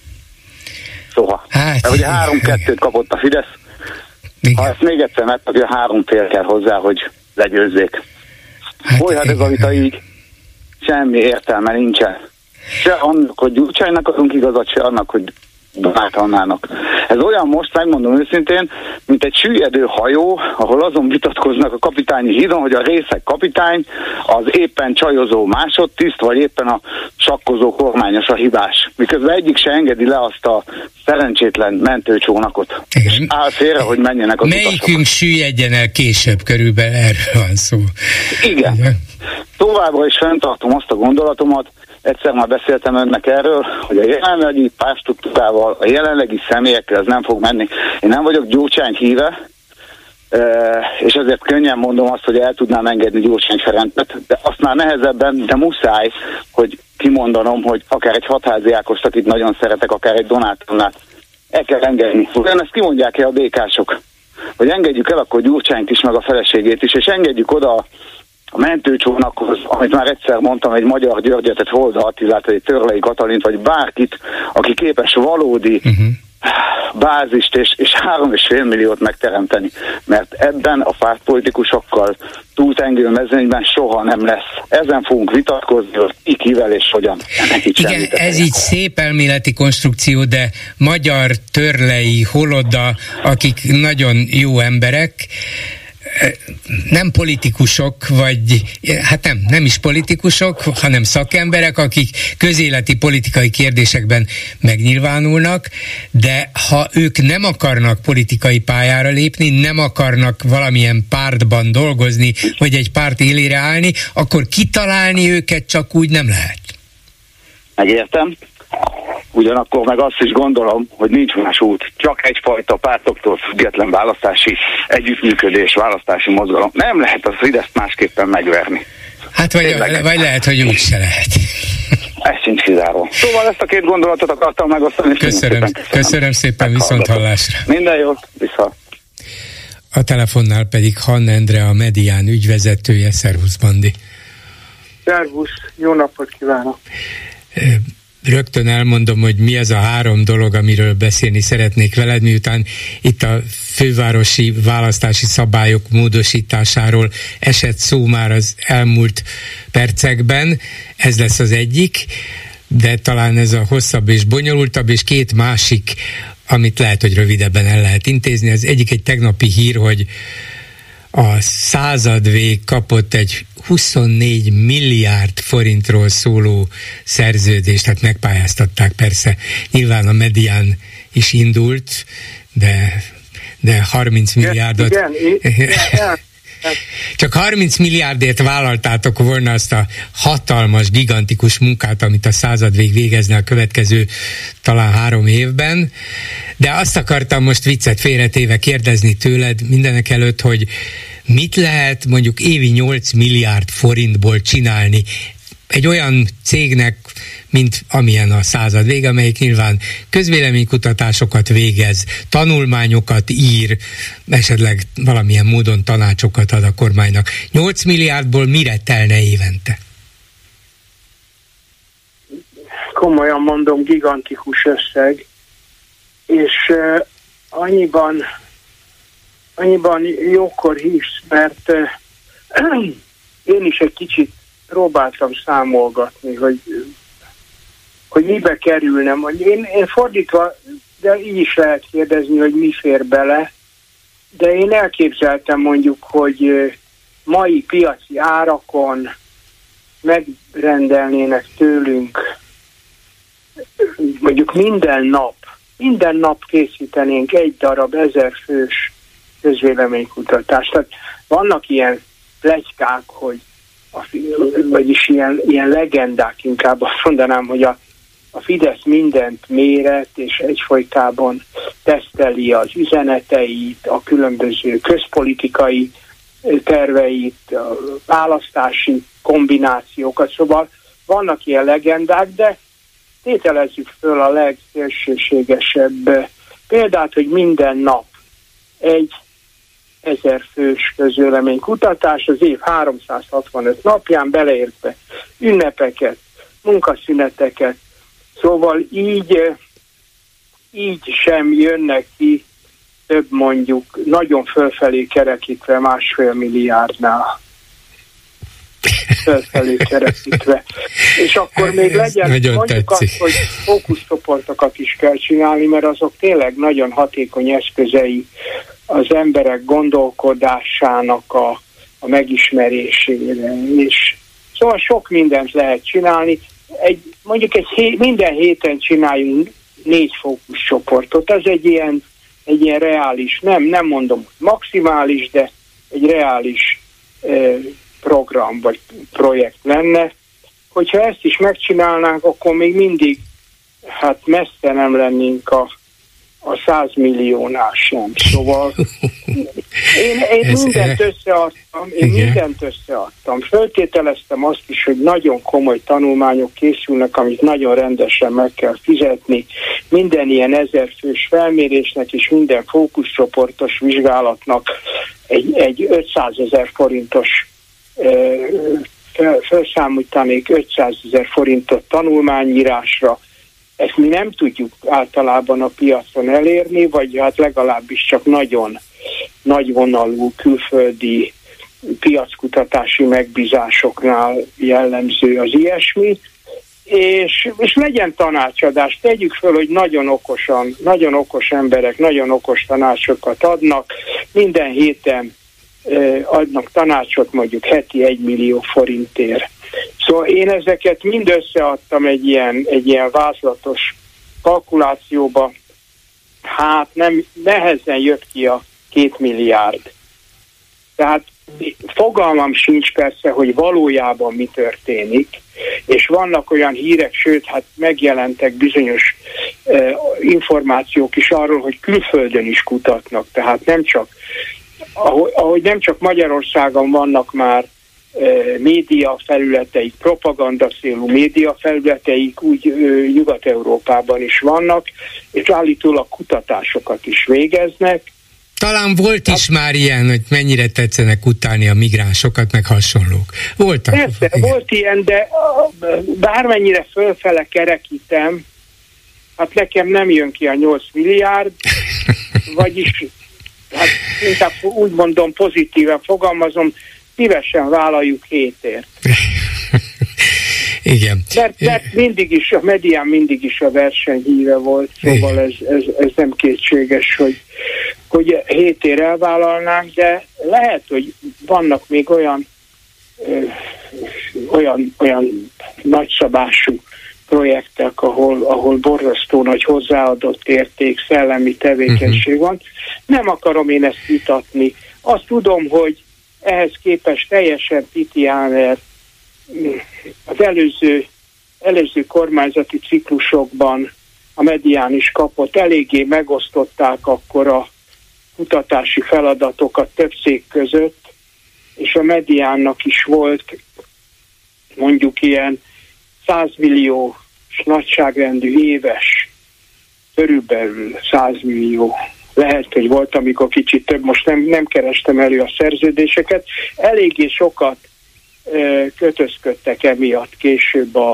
Speaker 6: Soha. Hát, mert ugye három-kettőt kapott a Fidesz. Igen. Ha ezt még egyszer megkapja, három fél kell hozzá, hogy legyőzzék. Hát, Folyhat ez a vita így, semmi értelme nincsen. Se annak, hogy Gyurcsánynak adunk igazat, se annak, hogy Donát Annának. Ez olyan most, megmondom őszintén, mint egy süllyedő hajó, ahol azon vitatkoznak a kapitányi hídon, hogy a részeg kapitány az éppen csajozó másodtiszt, vagy éppen a sakkozó kormányos a hibás. Miközben egyik se engedi le azt a szerencsétlen mentőcsónakot. Igen. És áll félre, hogy menjenek az
Speaker 3: Melyikünk utasok. Süllyedjen el később, körülbelül erről van szó.
Speaker 6: Igen. Igen. Továbbra is fenntartom azt a gondolatomat, egyszer már beszéltem önnek erről, hogy a jelenlegi pártstruktúrával, a jelenlegi személyekkel ez nem fog menni. Én nem vagyok Gyurcsány híve, és ezért könnyen mondom azt, hogy el tudnám engedni Gyurcsány Ferencet, de azt már nehezebben, de muszáj, hogy kimondanom, hogy akár egy Hatházi Ákost, akit nagyon szeretek, akár egy Donát Annát el kell engedni. Ugyan ezt kimondják-e a bé ká-sok? hogy engedjük el akkor Gyurcsányt is, meg a feleségét is, és engedjük oda a mentőcsónakhoz, amit már egyszer mondtam, egy Magyar Györgyet, egy Holda Attilát, egy Törlei Katalint, vagy bárkit, aki képes valódi uh-huh. bázist és, és három és fél milliót megteremteni. Mert ebben a pártpolitikusokkal túltengő mezőnyben soha nem lesz. Ezen fogunk vitatkozni, hogy ki, kivel és hogyan.
Speaker 3: Igen, ez így szép elméleti konstrukció, de Magyar, Törlei, Holoda, akik nagyon jó emberek, nem politikusok, vagy hát nem, nem is politikusok, hanem szakemberek, akik közéleti politikai kérdésekben megnyilvánulnak, de ha ők nem akarnak politikai pályára lépni, nem akarnak valamilyen pártban dolgozni, vagy egy párt élére állni, akkor kitalálni őket csak úgy nem lehet.
Speaker 6: Megértem. Ugyanakkor meg azt is gondolom, hogy nincs más út, csak egyfajta pártoktól független választási együttműködés, választási mozgalom. Nem lehet a Fideszt másképpen megverni.
Speaker 3: Hát vagy, vagy lehet, hogy úgy se lehet.
Speaker 6: Ez sincs kizáró. Szóval ezt a két gondolatot akartam megosztani.
Speaker 3: Köszönöm, köszönöm, köszönöm szépen, viszont hallásra.
Speaker 6: Minden jót, vissza.
Speaker 3: A telefonnál pedig Han Endre, a Medián ügyvezetője. Szervusz, Bandi.
Speaker 7: Szervusz, jó napot kívánok.
Speaker 3: Rögtön elmondom, hogy mi az a három dolog, amiről beszélni szeretnék veled, miután itt a fővárosi választási szabályok módosításáról esett szó már az elmúlt percekben. Ez lesz az egyik, de talán ez a hosszabb és bonyolultabb, és két másik, amit lehet, hogy rövidebben el lehet intézni. Az egyik egy tegnapi hír, hogy a Századvég kapott egy huszonnégy milliárd forintról szóló szerződést, tehát megpályáztatták, persze. Nyilván a Medián is indult, de, de harminc milliárdot...
Speaker 7: Igen, igen.
Speaker 3: Csak harminc milliárdért vállaltátok volna azt a hatalmas, gigantikus munkát, amit a Századvég végezne a következő talán három évben. De azt akartam most viccet félretéve kérdezni tőled mindenek előtt, hogy mit lehet mondjuk évi nyolc milliárd forintból csinálni egy olyan cégnek, mint amilyen a Századvég, amelyik nyilván közvéleménykutatásokat végez, tanulmányokat ír, esetleg valamilyen módon tanácsokat ad a kormánynak. nyolc milliárdból mire telne évente?
Speaker 7: Komolyan mondom, gigantikus összeg, és uh, annyiban, annyiban jókor hívsz, mert uh, én is egy kicsit próbáltam számolgatni, hogy, hogy mibe kerülne. Én, én fordítva, de így is lehet kérdezni, hogy mi fér bele, de én elképzeltem mondjuk, hogy mai piaci árakon megrendelnének tőlünk mondjuk minden nap, minden nap készítenénk egy darab ezer fős közvéleménykutatást. Tehát vannak ilyen pletykák, hogy a, vagyis ilyen, ilyen legendák, inkább azt mondanám, hogy a, a Fidesz mindent méret, és egyfolytában teszteli az üzeneteit, a különböző közpolitikai terveit, a választási kombinációkat, szóval vannak ilyen legendák, de tételezzük föl a legszélsőségesebb példát, hogy minden nap egy ezer fős közvéleménykutatás az év háromszázhatvanöt napján, beleértve ünnepeket, munkaszüneteket, szóval így, így sem jönnek ki több, mondjuk nagyon fölfelé kerekítve másfél milliárdnál. Fölfelé kerekítve. És akkor még legyen, mondjuk azt, hogy fókuszcsoportokat is kell csinálni, mert azok tényleg nagyon hatékony eszközei az emberek gondolkodásának a, a megismerésére. És szóval sok mindent lehet csinálni. Egy, mondjuk egy hé, minden héten csináljunk négy fókuszcsoportot. Ez egy ilyen, egy ilyen reális, nem, nem mondom, hogy maximális, de egy reális eh, program vagy projekt lenne. Hogyha ezt is megcsinálnánk, akkor még mindig hát messze nem lennénk a, a száz milliónál sem. Szóval én, én mindent összeadtam, én igen. mindent összeadtam. Föltételeztem azt is, hogy nagyon komoly tanulmányok készülnek, amit nagyon rendesen meg kell fizetni. Minden ilyen ezerfős felmérésnek és minden fókuszcsoportos vizsgálatnak egy, egy ötszázezer forintos fel, felszámítanék ötszázezer forintot tanulmányírásra. Ezt mi nem tudjuk általában a piacon elérni, vagy hát legalábbis csak nagyon nagyvonalú külföldi piackutatási megbízásoknál jellemző az ilyesmi, és, és legyen tanácsadás. Tegyük föl, hogy nagyon okosan, nagyon okos emberek nagyon okos tanácsokat adnak, minden héten eh, adnak tanácsot mondjuk heti egy millió forintért. Szóval én ezeket mind összeadtam egy ilyen, egy ilyen vázlatos kalkulációba, hát nem, nehezen jött ki a két milliárd. Tehát fogalmam sincs persze, hogy valójában mi történik, és vannak olyan hírek, sőt, hát megjelentek bizonyos eh, információk is arról, hogy külföldön is kutatnak, tehát nem csak, ahogy, ahogy nem csak Magyarországon vannak már média felületeik, propaganda célú média felületeik, úgy ö, Nyugat-Európában is vannak, és állítólag kutatásokat is végeznek.
Speaker 3: Talán volt is hát, már ilyen, hogy mennyire tetszenek utálni a migránsokat, meg hasonlók. Voltak.
Speaker 7: Persze, igen. Volt ilyen, de bármennyire fölfele kerekítem, hát nekem nem jön ki a nyolc milliárd, vagyis, hát inkább úgy mondom, pozitíven fogalmazom, szívesen vállaljuk hétért.
Speaker 3: Igen.
Speaker 7: Mert, mert mindig is, a medián mindig is a verseny híve volt, szóval ez, ez, ez nem kétséges, hogy, hogy hétér elvállalnánk, de lehet, hogy vannak még olyan ö, olyan, olyan nagyszabású projektek, ahol, ahol borzasztó nagy hozzáadott érték, szellemi tevékenység uh-huh. van. Nem akarom én ezt vitatni. Azt tudom, hogy ehhez képest teljesen Piti Áner az előző, előző kormányzati ciklusokban a medián is kapott, eléggé megosztották akkor a kutatási feladatokat több cég között, és a mediánnak is volt mondjuk ilyen száz milliós nagyságrendű éves, körülbelül száz millió. Lehet, hogy volt, amikor kicsit több, most nem, nem kerestem elő a szerződéseket. Eléggé sokat ö, kötözködtek emiatt később a,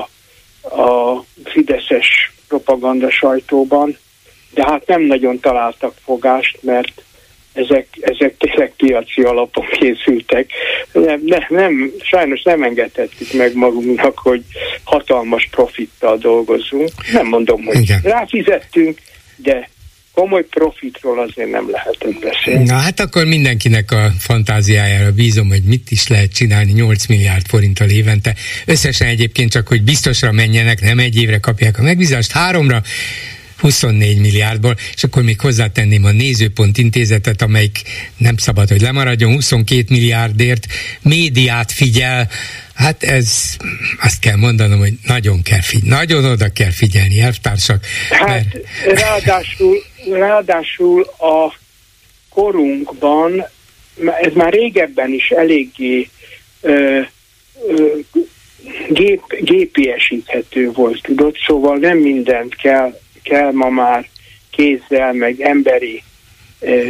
Speaker 7: a fideszes propaganda sajtóban, de hát nem nagyon találtak fogást, mert ezek, ezek tényleg piaci alapon készültek. Nem, nem, nem, sajnos nem engedhettük meg magunknak, hogy hatalmas profittal dolgozzunk. Nem mondom, hogy igen. ráfizettünk, de komoly profitról azért nem lehetett beszélni.
Speaker 3: Na hát akkor mindenkinek a fantáziájára bízom, hogy mit is lehet csinálni nyolc milliárd forinttal évente. Összesen egyébként csak, hogy biztosra menjenek, nem egy évre kapják a megbízást, háromra, huszonnégy milliárdból, és akkor még hozzátenném a Nézőpont Intézetet, amelyik nem szabad, hogy lemaradjon, huszonkét milliárdért médiát figyel. Hát ez, azt kell mondanom, hogy nagyon kell figyelni, nagyon oda kell figyelni, elvtársak.
Speaker 7: Hát mert... ráadásul, ráadásul a korunkban, ez már régebben is eléggé ö, ö, gép, gépiesíthető volt, tudod, szóval nem mindent kell kell ma már kézzel, meg emberi, eh,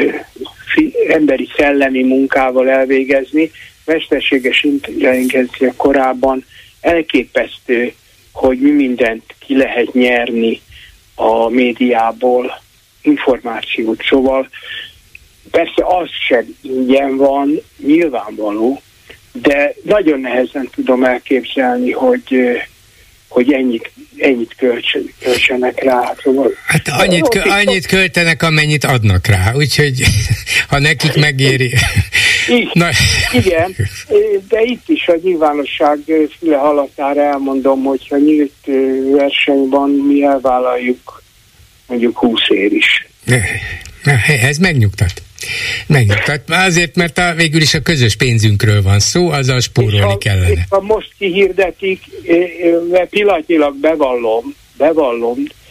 Speaker 7: fi, emberi szellemi munkával elvégezni. Mesterséges intelligencia korában elképesztő, hogy mi mindent ki lehet nyerni a médiából, információt. Szóval persze az sem ingyen van, nyilvánvaló, de nagyon nehezen tudom elképzelni, hogy hogy ennyit, ennyit költsenek rá. Szóval,
Speaker 3: hát annyit, kö, annyit költenek, amennyit adnak rá, úgyhogy ha nekik megéri.
Speaker 7: Na. Igen, de itt is a nyilvánosság füle hallatára elmondom, hogyha nyílt versenyben mi elvállaljuk mondjuk húsz év is.
Speaker 3: Ez megnyugtat. Megnyugtat. Azért, mert a, végül is a közös pénzünkről van szó, azzal spórolni kellene.
Speaker 7: Ha most kihirdetik, pillanatnyilag bevallom, bevallom,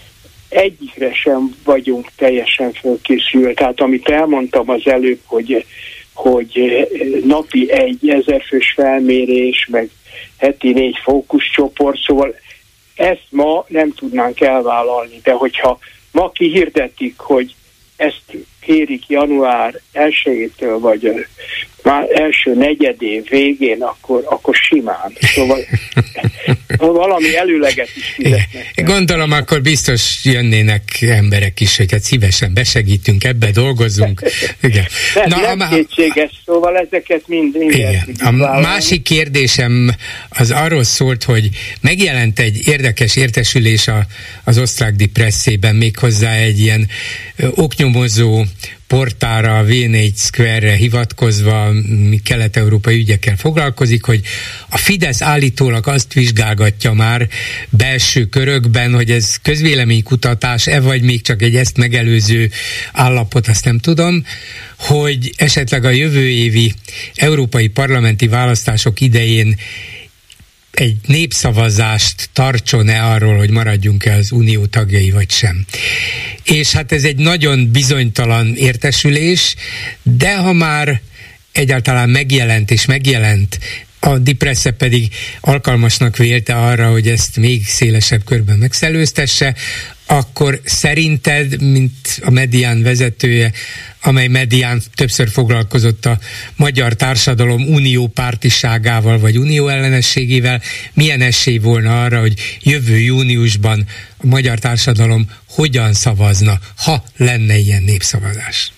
Speaker 7: egyikre sem vagyunk teljesen fölkészülve. Tehát amit elmondtam az előbb, hogy, hogy napi egy ezerfős felmérés, meg heti négy fókuszcsoport, szóval ezt ma nem tudnánk elvállalni, de hogyha ma kihirdetik, hogy ezt kérik január elsejétől, vagy már első negyedév végén, akkor, akkor simán. Szóval valami előleget is fizetnek.
Speaker 3: Gondolom, akkor biztos jönnének emberek is, hogy hát szívesen besegítünk, ebbe dolgozunk. Igen.
Speaker 7: Nem, Na, nem a, kétséges, szóval ezeket mind, mind
Speaker 3: igen. A másik kérdésem az arról szólt, hogy megjelent egy érdekes értesülés a, az osztrák Die Pressében, méghozzá egy ilyen oknyomozó portára, a vé négy Square-re hivatkozva, mi kelet-európai ügyekkel foglalkozik, hogy a Fidesz állítólag azt vizsgálgatja már belső körökben, hogy ez közvéleménykutatás-e, vagy még csak egy ezt megelőző állapot, azt nem tudom, hogy esetleg a jövő évi európai parlamenti választások idején egy népszavazást tartson-e arról, hogy maradjunk-e az unió tagjai, vagy sem. És hát ez egy nagyon bizonytalan értesülés, de ha már egyáltalán megjelent és megjelent, a Die Presse pedig alkalmasnak vélte arra, hogy ezt még szélesebb körben megszellőztesse, akkor szerinted, mint a Medián vezetője, amely Medián többször foglalkozott a magyar társadalom unió pártiságával vagy unió ellenességével, milyen esély volna arra, hogy jövő júniusban a magyar társadalom hogyan szavazna, ha lenne ilyen népszavazás?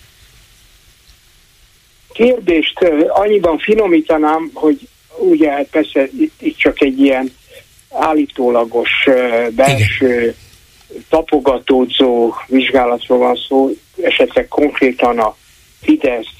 Speaker 7: Kérdést annyiban finomítanám, hogy ugye hát persze itt, itt csak egy ilyen állítólagos belső igen. tapogatódzó vizsgálatról van szó, esetleg konkrétan a Fidesz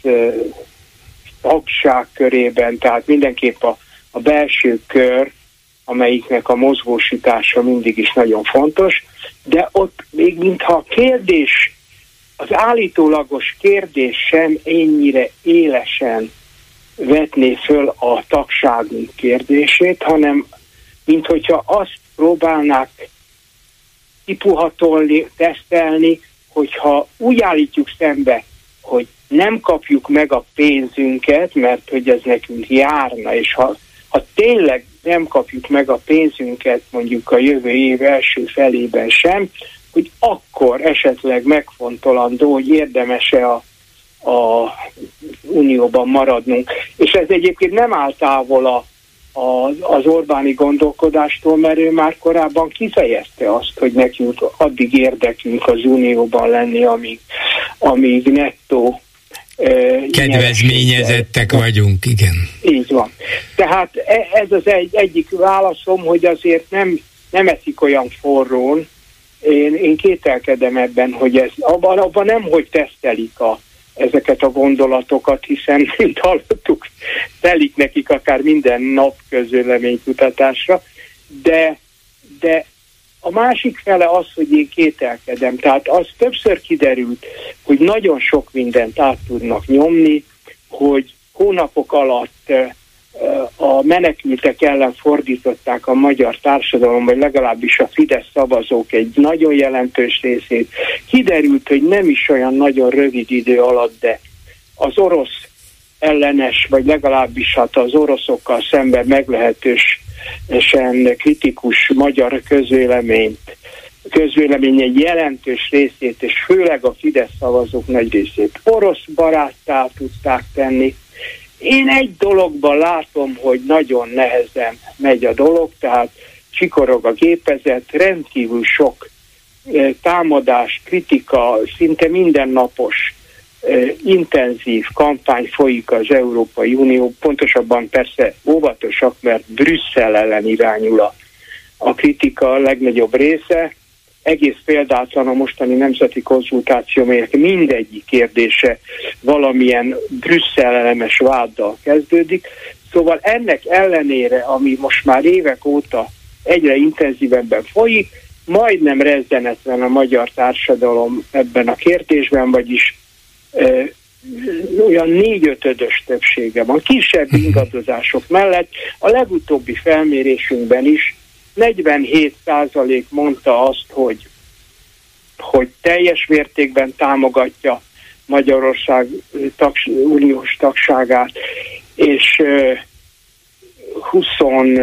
Speaker 7: tagság körében, tehát mindenképp a, a belső kör, amelyiknek a mozgósítása mindig is nagyon fontos, de ott még mintha a kérdés, az állítólagos kérdés sem ennyire élesen vetné föl a tagságunk kérdését, hanem mint hogyha azt próbálnák kipuhatolni, tesztelni, hogyha úgy állítjuk szembe, hogy nem kapjuk meg a pénzünket, mert hogy ez nekünk járna, és ha, ha tényleg nem kapjuk meg a pénzünket mondjuk a jövő év első felében sem, hogy akkor esetleg megfontolandó, hogy érdemes-e a, a unióban maradnunk. És ez egyébként nem áll távol a, a, az Orbáni gondolkodástól, mert ő már korábban kifejezte azt, hogy nekünk addig érdekünk az unióban lenni, amíg, amíg nettó
Speaker 3: kedvezményezettek vagyunk, igen.
Speaker 7: Így van. Tehát ez az egy, egyik válaszom, hogy azért nem, nem eszik olyan forrón. Én, én kételkedem ebben, hogy ez, abban, abban nem, hogy tesztelik a, ezeket a gondolatokat, hiszen, mint hallottuk, telik nekik akár minden nap közvéleménykutatásra, de, de a másik fele az, hogy én kételkedem. Tehát az többször kiderült, hogy nagyon sok mindent át tudnak nyomni, hogy hónapok alatt a menekültek ellen fordították a magyar társadalom, vagy legalábbis a Fidesz szavazók egy nagyon jelentős részét. Kiderült, hogy nem is olyan nagyon rövid idő alatt, de az orosz ellenes, vagy legalábbis hát az oroszokkal szemben meglehetősen kritikus magyar közvéleményt, közvélemény egy jelentős részét, és főleg a Fidesz szavazók nagy részét orosz baráttá tudták tenni. Én egy dologban látom, hogy nagyon nehezen megy a dolog, tehát csikorog a gépezet, rendkívül sok eh, támadás, kritika, szinte mindennapos, eh, intenzív kampány folyik az Európai Unió, pontosabban persze óvatosak, mert Brüsszel ellen irányul a, a kritika a legnagyobb része. Egész példátlan a mostani nemzeti konzultáció, melyek mindegyik kérdése valamilyen Brüsszel elemes váddal kezdődik. Szóval ennek ellenére, ami most már évek óta egyre intenzívebben folyik, majdnem rezzenetlen a magyar társadalom ebben a kérdésben, vagyis e, olyan négyötödös többsége van. Kisebb ingadozások mellett a legutóbbi felmérésünkben is negyvenhét százalék mondta azt, hogy hogy teljes mértékben támogatja Magyarország tags, uniós tagságát, és húsz,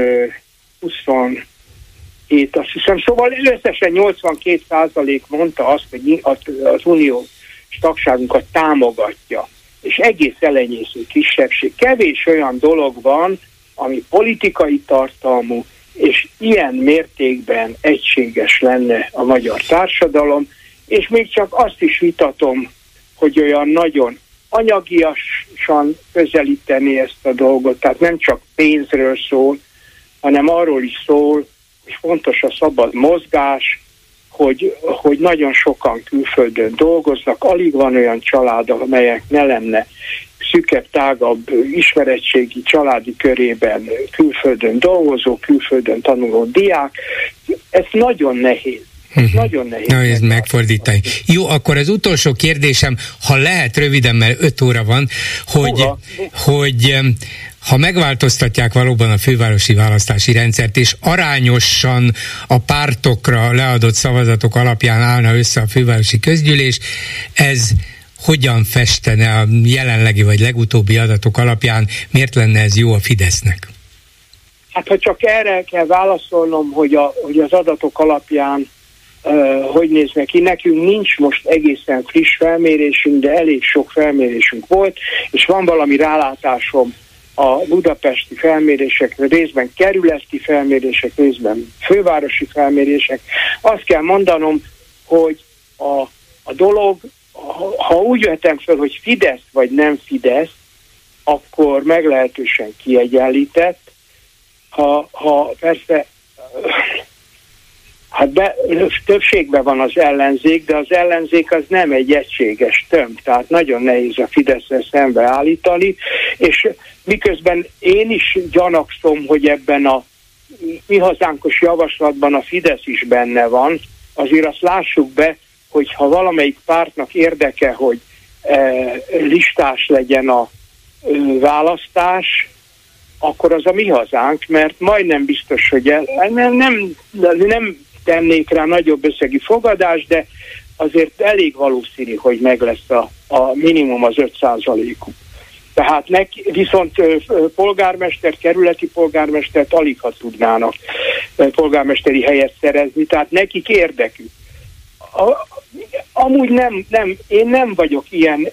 Speaker 7: huszonhét, azt hiszem, szóval összesen nyolcvankét százalék mondta azt, hogy az uniós tagságunkat támogatja, és egész elenyésző kisebbség. Kevés olyan dolog van, ami politikai tartalmú, és ilyen mértékben egységes lenne a magyar társadalom, és még csak azt is vitatom, hogy olyan nagyon anyagiasan közelíteni ezt a dolgot, tehát nem csak pénzről szól, hanem arról is szól, hogy fontos a szabad mozgás, hogy, hogy nagyon sokan külföldön dolgoznak, alig van olyan család, amelyek ne lenne szűkebb, tágabb ismeretségi családi körében külföldön dolgozó, külföldön tanuló diák. Ez nagyon nehéz. Uh-huh. Nagyon nehéz.
Speaker 3: Na, ez megfordítani. Jó, akkor az utolsó kérdésem, ha lehet röviden, mert öt óra van, hogy, Uha. hogy ha megváltoztatják valóban a fővárosi választási rendszert, és arányosan a pártokra leadott szavazatok alapján állna össze a fővárosi közgyűlés, ez hogyan festene a jelenlegi vagy legutóbbi adatok alapján, miért lenne ez jó a Fidesznek?
Speaker 7: Hát ha csak erre kell válaszolnom, hogy, a, hogy az adatok alapján uh, hogy néznek ki, nekünk nincs most egészen friss felmérésünk, de elég sok felmérésünk volt, és van valami rálátásom a budapesti felmérések, részben kerületi felmérések, részben fővárosi felmérések. Azt kell mondanom, hogy a, a dolog, ha úgy vetem föl, hogy Fidesz vagy nem Fidesz, akkor meglehetősen kiegyenlített. Ha, ha persze, hát be, többségben van az ellenzék, de az ellenzék az nem egy egységes tömb, tehát nagyon nehéz a Fideszre szembeállítani, és miközben én is gyanakszom, hogy ebben a mi hazánkos javaslatban a Fidesz is benne van, azért azt lássuk be, hogy ha valamelyik pártnak érdeke, hogy e, listás legyen a e, választás, akkor az a mi hazánk, mert majdnem biztos, hogy el, nem, nem, nem tennék rá nagyobb összegi fogadás, de azért elég valószínű, hogy meg lesz a, a minimum az öt százalékú. Tehát neki, viszont polgármester, kerületi polgármestert alig ha tudnának polgármesteri helyet szerezni, tehát nekik érdekük. A, amúgy nem, nem, én nem vagyok ilyen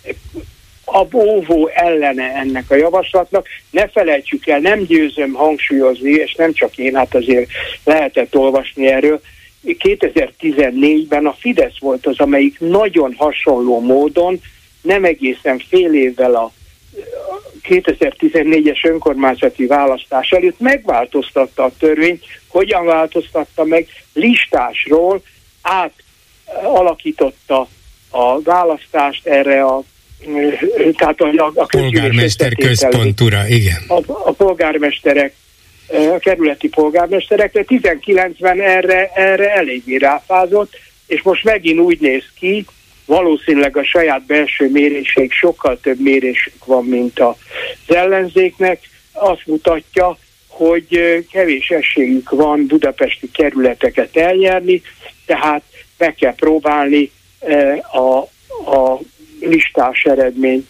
Speaker 7: a óvó ellene ennek a javaslatnak. Ne felejtsük el, nem győzöm hangsúlyozni, és nem csak én, hát azért lehetett olvasni erről. kétezer-tizennégyben a Fidesz volt az, amelyik nagyon hasonló módon, nem egészen fél évvel a kétezer-tizennégyes önkormányzati választás előtt megváltoztatta a törvényt. Hogyan változtatta meg? Listásról átalakította a választást erre a tehát a, a
Speaker 3: polgármester központúra, igen.
Speaker 7: A, a polgármesterek, a kerületi polgármesterekre tizenkilencben erre, erre eléggé ráfázott, és most megint úgy néz ki, valószínűleg a saját belső méréség sokkal több mérésük van, mint az ellenzéknek, azt mutatja, hogy kevés esélyük van budapesti kerületeket elnyerni, tehát meg kell próbálni a, a listás eredmény,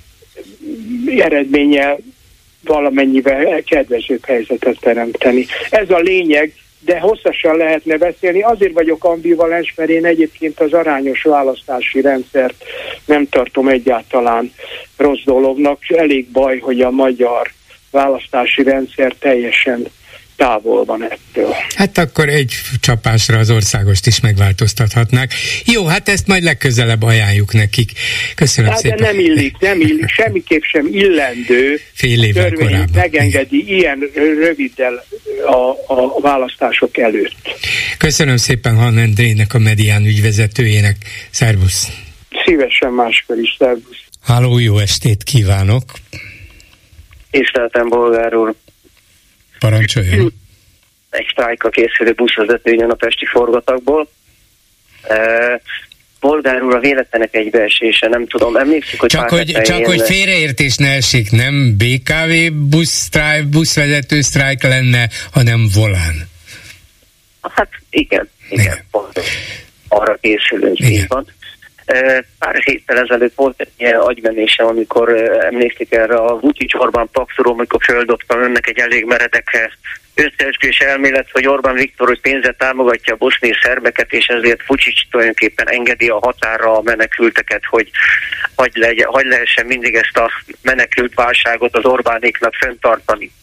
Speaker 7: eredménye valamennyivel kedvezőbb helyzetet teremteni. Ez a lényeg, de hosszasan lehetne beszélni. Azért vagyok ambivalens, mert én egyébként az arányos választási rendszert nem tartom egyáltalán rossz dolognak. Elég baj, hogy a magyar választási rendszer teljesen távol van ettől.
Speaker 3: Hát akkor egy csapásra az országost is megváltoztathatnák. Jó, hát ezt majd legközelebb ajánljuk nekik. Köszönöm hát, szépen.
Speaker 7: De nem illik, nem illik, semmiképp sem illendő.
Speaker 3: Fél évvel korábban.
Speaker 7: Megengedi igen. Ilyen röviddel a, a választások előtt.
Speaker 3: Köszönöm szépen Han Endrének, a Medián ügyvezetőjének. Szervusz.
Speaker 7: Szívesen máskor is, szervusz.
Speaker 3: Háló, jó estét kívánok.
Speaker 8: Tiszteltem, bolgár úr.
Speaker 3: Parancsoljon.
Speaker 8: Egy sztrájkra készülő buszvezető jön a pesti forgatagból. E, bolgár úr, a véletlenek egybeesése, nem tudom, emlékszik, hogy...
Speaker 3: Csak, hogy, csak hogy félreértés ne esik, nem bé ká vé buszsztrájk, buszvezető sztrájk lenne, hanem Volán.
Speaker 8: Hát igen, igen, igen. Pontos. arra készülünk. Így van. Pár héttel ezelőtt volt egy ilyen agymenésem, amikor emlékszik erre a Vučić-Orbán paktumról, amikor földobtam önnek egy elég meredek összeesküvés elmélet, hogy Orbán Viktor, hogy pénzzel támogatja a bosnyai szerbeket, és ezért Vučić tulajdonképpen engedi a határra a menekülteket, hogy hagy, legyen, hagy lehessen mindig ezt a menekült válságot az Orbánéknak fenntartani.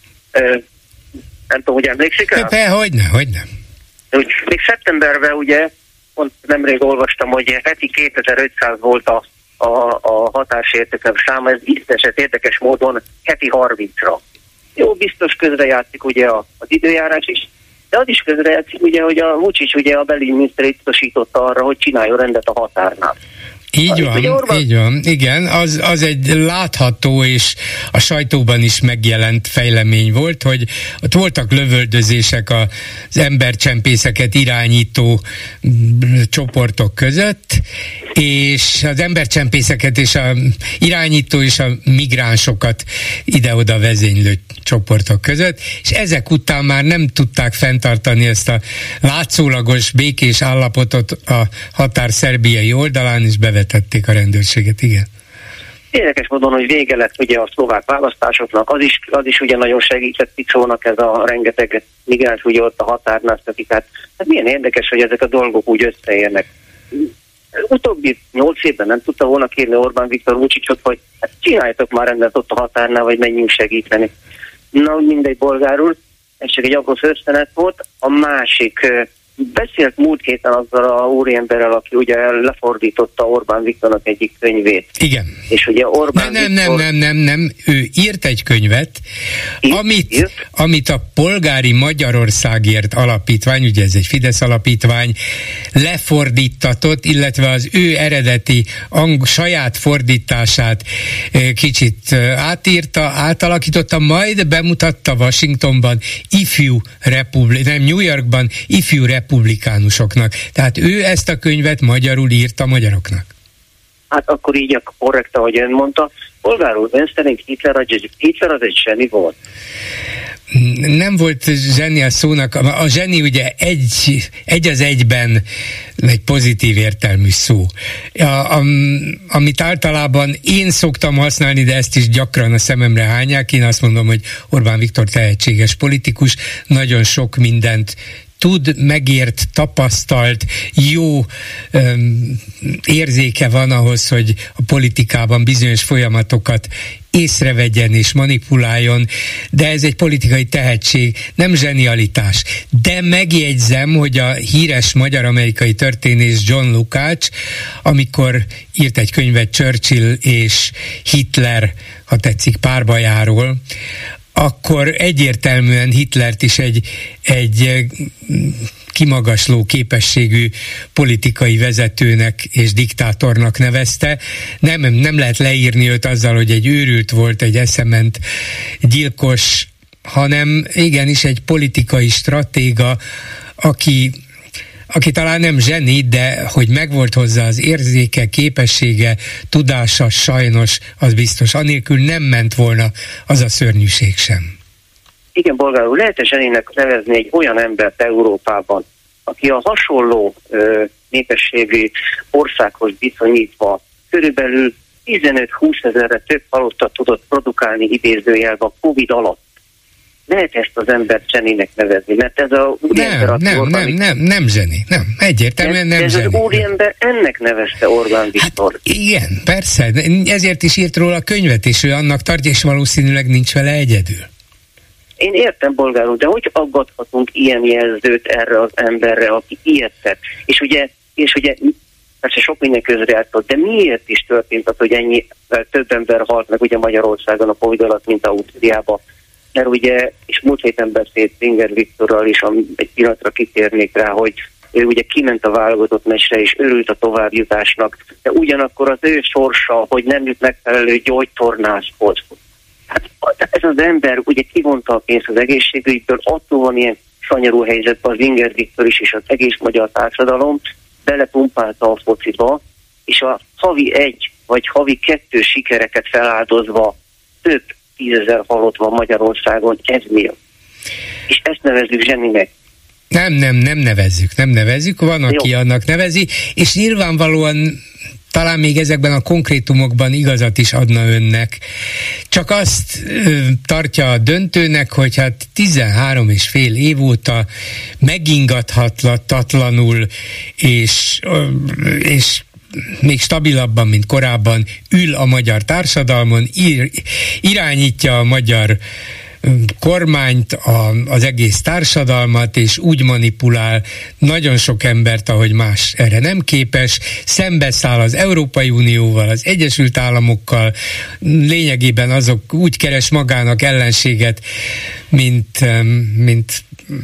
Speaker 8: Nem tudom, hogy emlékszik el?
Speaker 3: Pe, hogyne, hogyne.
Speaker 8: Úgy, még szeptemberben ugye, pont nemrég olvastam, hogy heti kétezer-ötszáz volt a, a, a hatásértékek száma, ez ízleset érdekes módon heti harmincra. Jó, biztos közrejátszik ugye az időjárás is, de az is közrejátszik ugye, hogy a Vučić ugye a belügyminiszterét utasította arra, hogy csináljon rendet a határnál.
Speaker 3: Így van, Orbán... így van, igen, az, az egy látható és a sajtóban is megjelent fejlemény volt, hogy ott voltak lövöldözések az embercsempészeket irányító csoportok között, és az embercsempészeket és a irányító és a migránsokat ide-oda vezénylő csoportok között, és ezek után már nem tudták fenntartani ezt a látszólagos békés állapotot a határ szerbiai oldalán, és bevetették a rendőrséget, igen.
Speaker 8: Érdekes módon, hogy vége lett ugye a szlovák választásoknak, az is, az is ugye nagyon segített Ficónak, ez a rengeteg migráns ugye ott a határnál, tehát hát milyen érdekes, hogy ezek a dolgok úgy összeérnek. Utóbbi nyolc évben nem tudta volna kérni Orbán Viktor Vučićot, hogy hát csináljátok már rendet ott a határnál, vagy menjünk segíteni. Na, mindegy, bolgárul, ez csak egy apró összenet volt. A másik, beszélt múlt héten azzal a úriemberrel, aki ugye lefordította Orbán Viktornak egyik könyvét.
Speaker 3: Igen.
Speaker 8: És ugye Orbán
Speaker 3: nem,
Speaker 8: Viktor...
Speaker 3: nem, nem, nem, nem, ő írt egy könyvet, írt, amit, írt? amit a Polgári Magyarországért Alapítvány, ugye ez egy Fidesz alapítvány, lefordítatott, illetve az ő eredeti ang- saját fordítását kicsit átírta, átalakította, majd bemutatta Washingtonban ifjú republik, nem New Yorkban ifjú republikánusoknak. Tehát ő ezt a könyvet magyarul írta magyaroknak.
Speaker 8: Hát akkor így a korrekt, ahogy ön mondta. Polgár úr, ön szerint Hitler, Hitler az egy zseni volt?
Speaker 3: Nem volt zseni a szónak. A zseni ugye egy, egy az egyben egy pozitív értelmű szó. A, a, amit általában én szoktam használni, de ezt is gyakran a szememre hányák, én azt mondom, hogy Orbán Viktor tehetséges politikus, nagyon sok mindent tud, megért, tapasztalt, jó öm, érzéke van ahhoz, hogy a politikában bizonyos folyamatokat észrevegyen és manipuláljon, de ez egy politikai tehetség, nem zsenialitás. De megjegyzem, hogy a híres magyar-amerikai történész John Lukács, amikor írt egy könyvet Churchill és Hitler, ha tetszik, párbajáról, akkor egyértelműen Hitlert is egy, egy kimagasló képességű politikai vezetőnek és diktátornak nevezte. Nem, nem lehet leírni őt azzal, hogy egy őrült volt, egy eszement gyilkos, hanem igenis egy politikai stratéga, aki aki talán nem zseni, de hogy megvolt hozzá az érzéke, képessége, tudása, sajnos, az biztos. Anélkül nem ment volna az a szörnyűség sem.
Speaker 8: Igen, bolgár úr, lehet-e zseninek nevezni egy olyan embert Európában, aki a hasonló ö, népességű országhoz viszonyítva körülbelül tizenöt-húsz ezerre több halottat tudott produkálni idézőjelben a Covid alatt? Lehet ezt az embert zseninek nevezni, mert ez a úriember...
Speaker 3: Nem, nem, nem, nem, nem zseni, nem, egyértelműen nem
Speaker 8: ez
Speaker 3: zseni.
Speaker 8: Ez az úriember ennek nevezte Orbán Viktor.
Speaker 3: Hát igen, persze, ezért is írt róla a könyvet, és ő annak tartja, és valószínűleg nincs vele egyedül.
Speaker 8: Én értem, bolgár úr, de hogy aggathatunk ilyen jelzőt erre az emberre, aki ilyet tett? És ugye, és ugye persze sok minden közrejátszott, de miért is történt az, hogy ennyi több ember halt meg ugye Magyarországon a Covid alatt, mint Ausztriában? Mert ugye, és múlt héten beszélt Singer Viktorral is, egy pillanatra kitérnék rá, hogy ő ugye kiment a válogatott meccsre, és örült a továbbjutásnak, de ugyanakkor az ő sorsa, hogy nem jut megfelelő gyógytornászhoz. Hát ez az ember ugye kivonta a pénzt az egészségügyből, attól van ilyen sanyarú helyzetben az Singer Viktor is, és az egész magyar társadalom belepumpálta a fociba, és a havi egy vagy havi kettő sikereket feláldozva több tízezer halott van Magyarországon, ez miért? És ezt nevezzük zseninek.
Speaker 3: Nem, nem, nem nevezzük, nem nevezzük, van, aki Jó. annak nevezi, és nyilvánvalóan talán még ezekben a konkrétumokban igazat is adna önnek. Csak azt ö, tartja a döntőnek, hogy hát tizenhárom és fél év óta megingathatatlanul és, ö, és még stabilabban, mint korábban ül a magyar társadalmon, ír, irányítja a magyar kormányt, a, az egész társadalmat, és úgy manipulál nagyon sok embert, ahogy más erre nem képes, szembeszáll az Európai Unióval, az Egyesült Államokkal, lényegében azok úgy keres magának ellenséget, mint, mint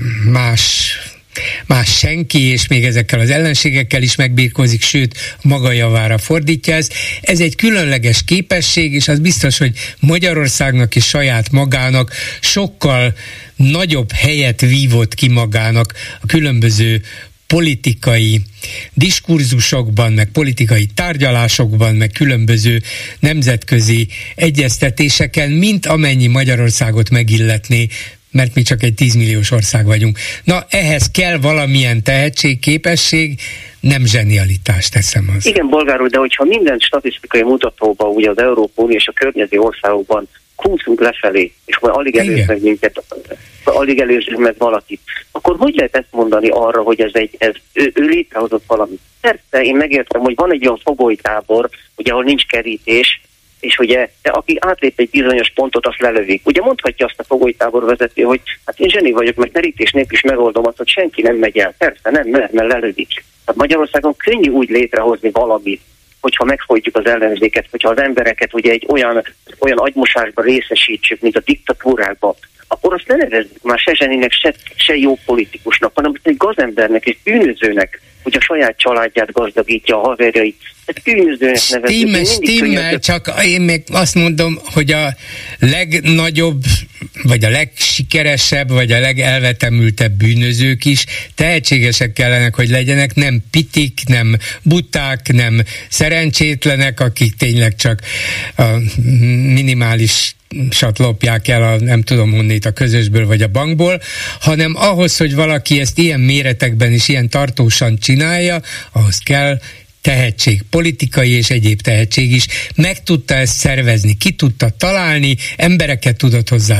Speaker 3: más más senki, és még ezekkel az ellenségekkel is megbírkozik, sőt, maga javára fordítja ezt. Ez egy különleges képesség, és az biztos, hogy Magyarországnak és saját magának sokkal nagyobb helyet vívott ki magának a különböző politikai diskurzusokban, meg politikai tárgyalásokban, meg különböző nemzetközi egyeztetéseken, mint amennyi Magyarországot megilletné, mert mi csak egy tízmilliós ország vagyunk. Na, ehhez kell valamilyen tehetség, képesség, nem zsenialitás, teszem az.
Speaker 8: Igen, bolgár úr, de hogyha minden statisztikai mutatóban, ugye az Európai Unió és a környező országokban kúszunk lefelé, és majd alig előznek minket, alig előzünk meg valakit, akkor hogy lehet ezt mondani arra, hogy ez egy, ez, ő, ő létrehozott valamit? Persze, én megértem, hogy van egy olyan fogolytábor, ugye, ahol nincs kerítés, és ugye, de aki átlép egy bizonyos pontot, azt lelövik. Ugye mondhatja azt a fogolytábor vezető, hogy hát én zseni vagyok, mert merítés nélkül is megoldom azt, hogy senki nem megy el. Persze, nem, mert, mert lelövik. Tehát Magyarországon könnyű úgy létrehozni valamit, hogyha megfojtjuk az ellenzéket, hogyha az embereket ugye egy olyan, olyan agymosásban részesítsük, mint a diktatúrákban, akkor azt ne nevezzük már se zseninek, se, se jó politikusnak, hanem egy gazembernek és bűnözőnek, hogy a saját családját gazdagítja, a haverjait. Ez bűnözőnek nevezzük.
Speaker 3: Stimmel, stimmel, csak én még azt mondom, hogy a legnagyobb, vagy a legsikeresebb, vagy a legelvetemültebb bűnözők is tehetségesek kellenek, hogy legyenek, nem pitik, nem buták, nem szerencsétlenek, akik tényleg csak a minimális sat lopják el a nem tudom honnét, a közösből vagy a bankból, hanem ahhoz, hogy valaki ezt ilyen méretekben és ilyen tartósan csinálja, ahhoz kell tehetség, politikai és egyéb tehetség is. Meg tudta ezt szervezni, ki tudta találni, embereket tudott hozzá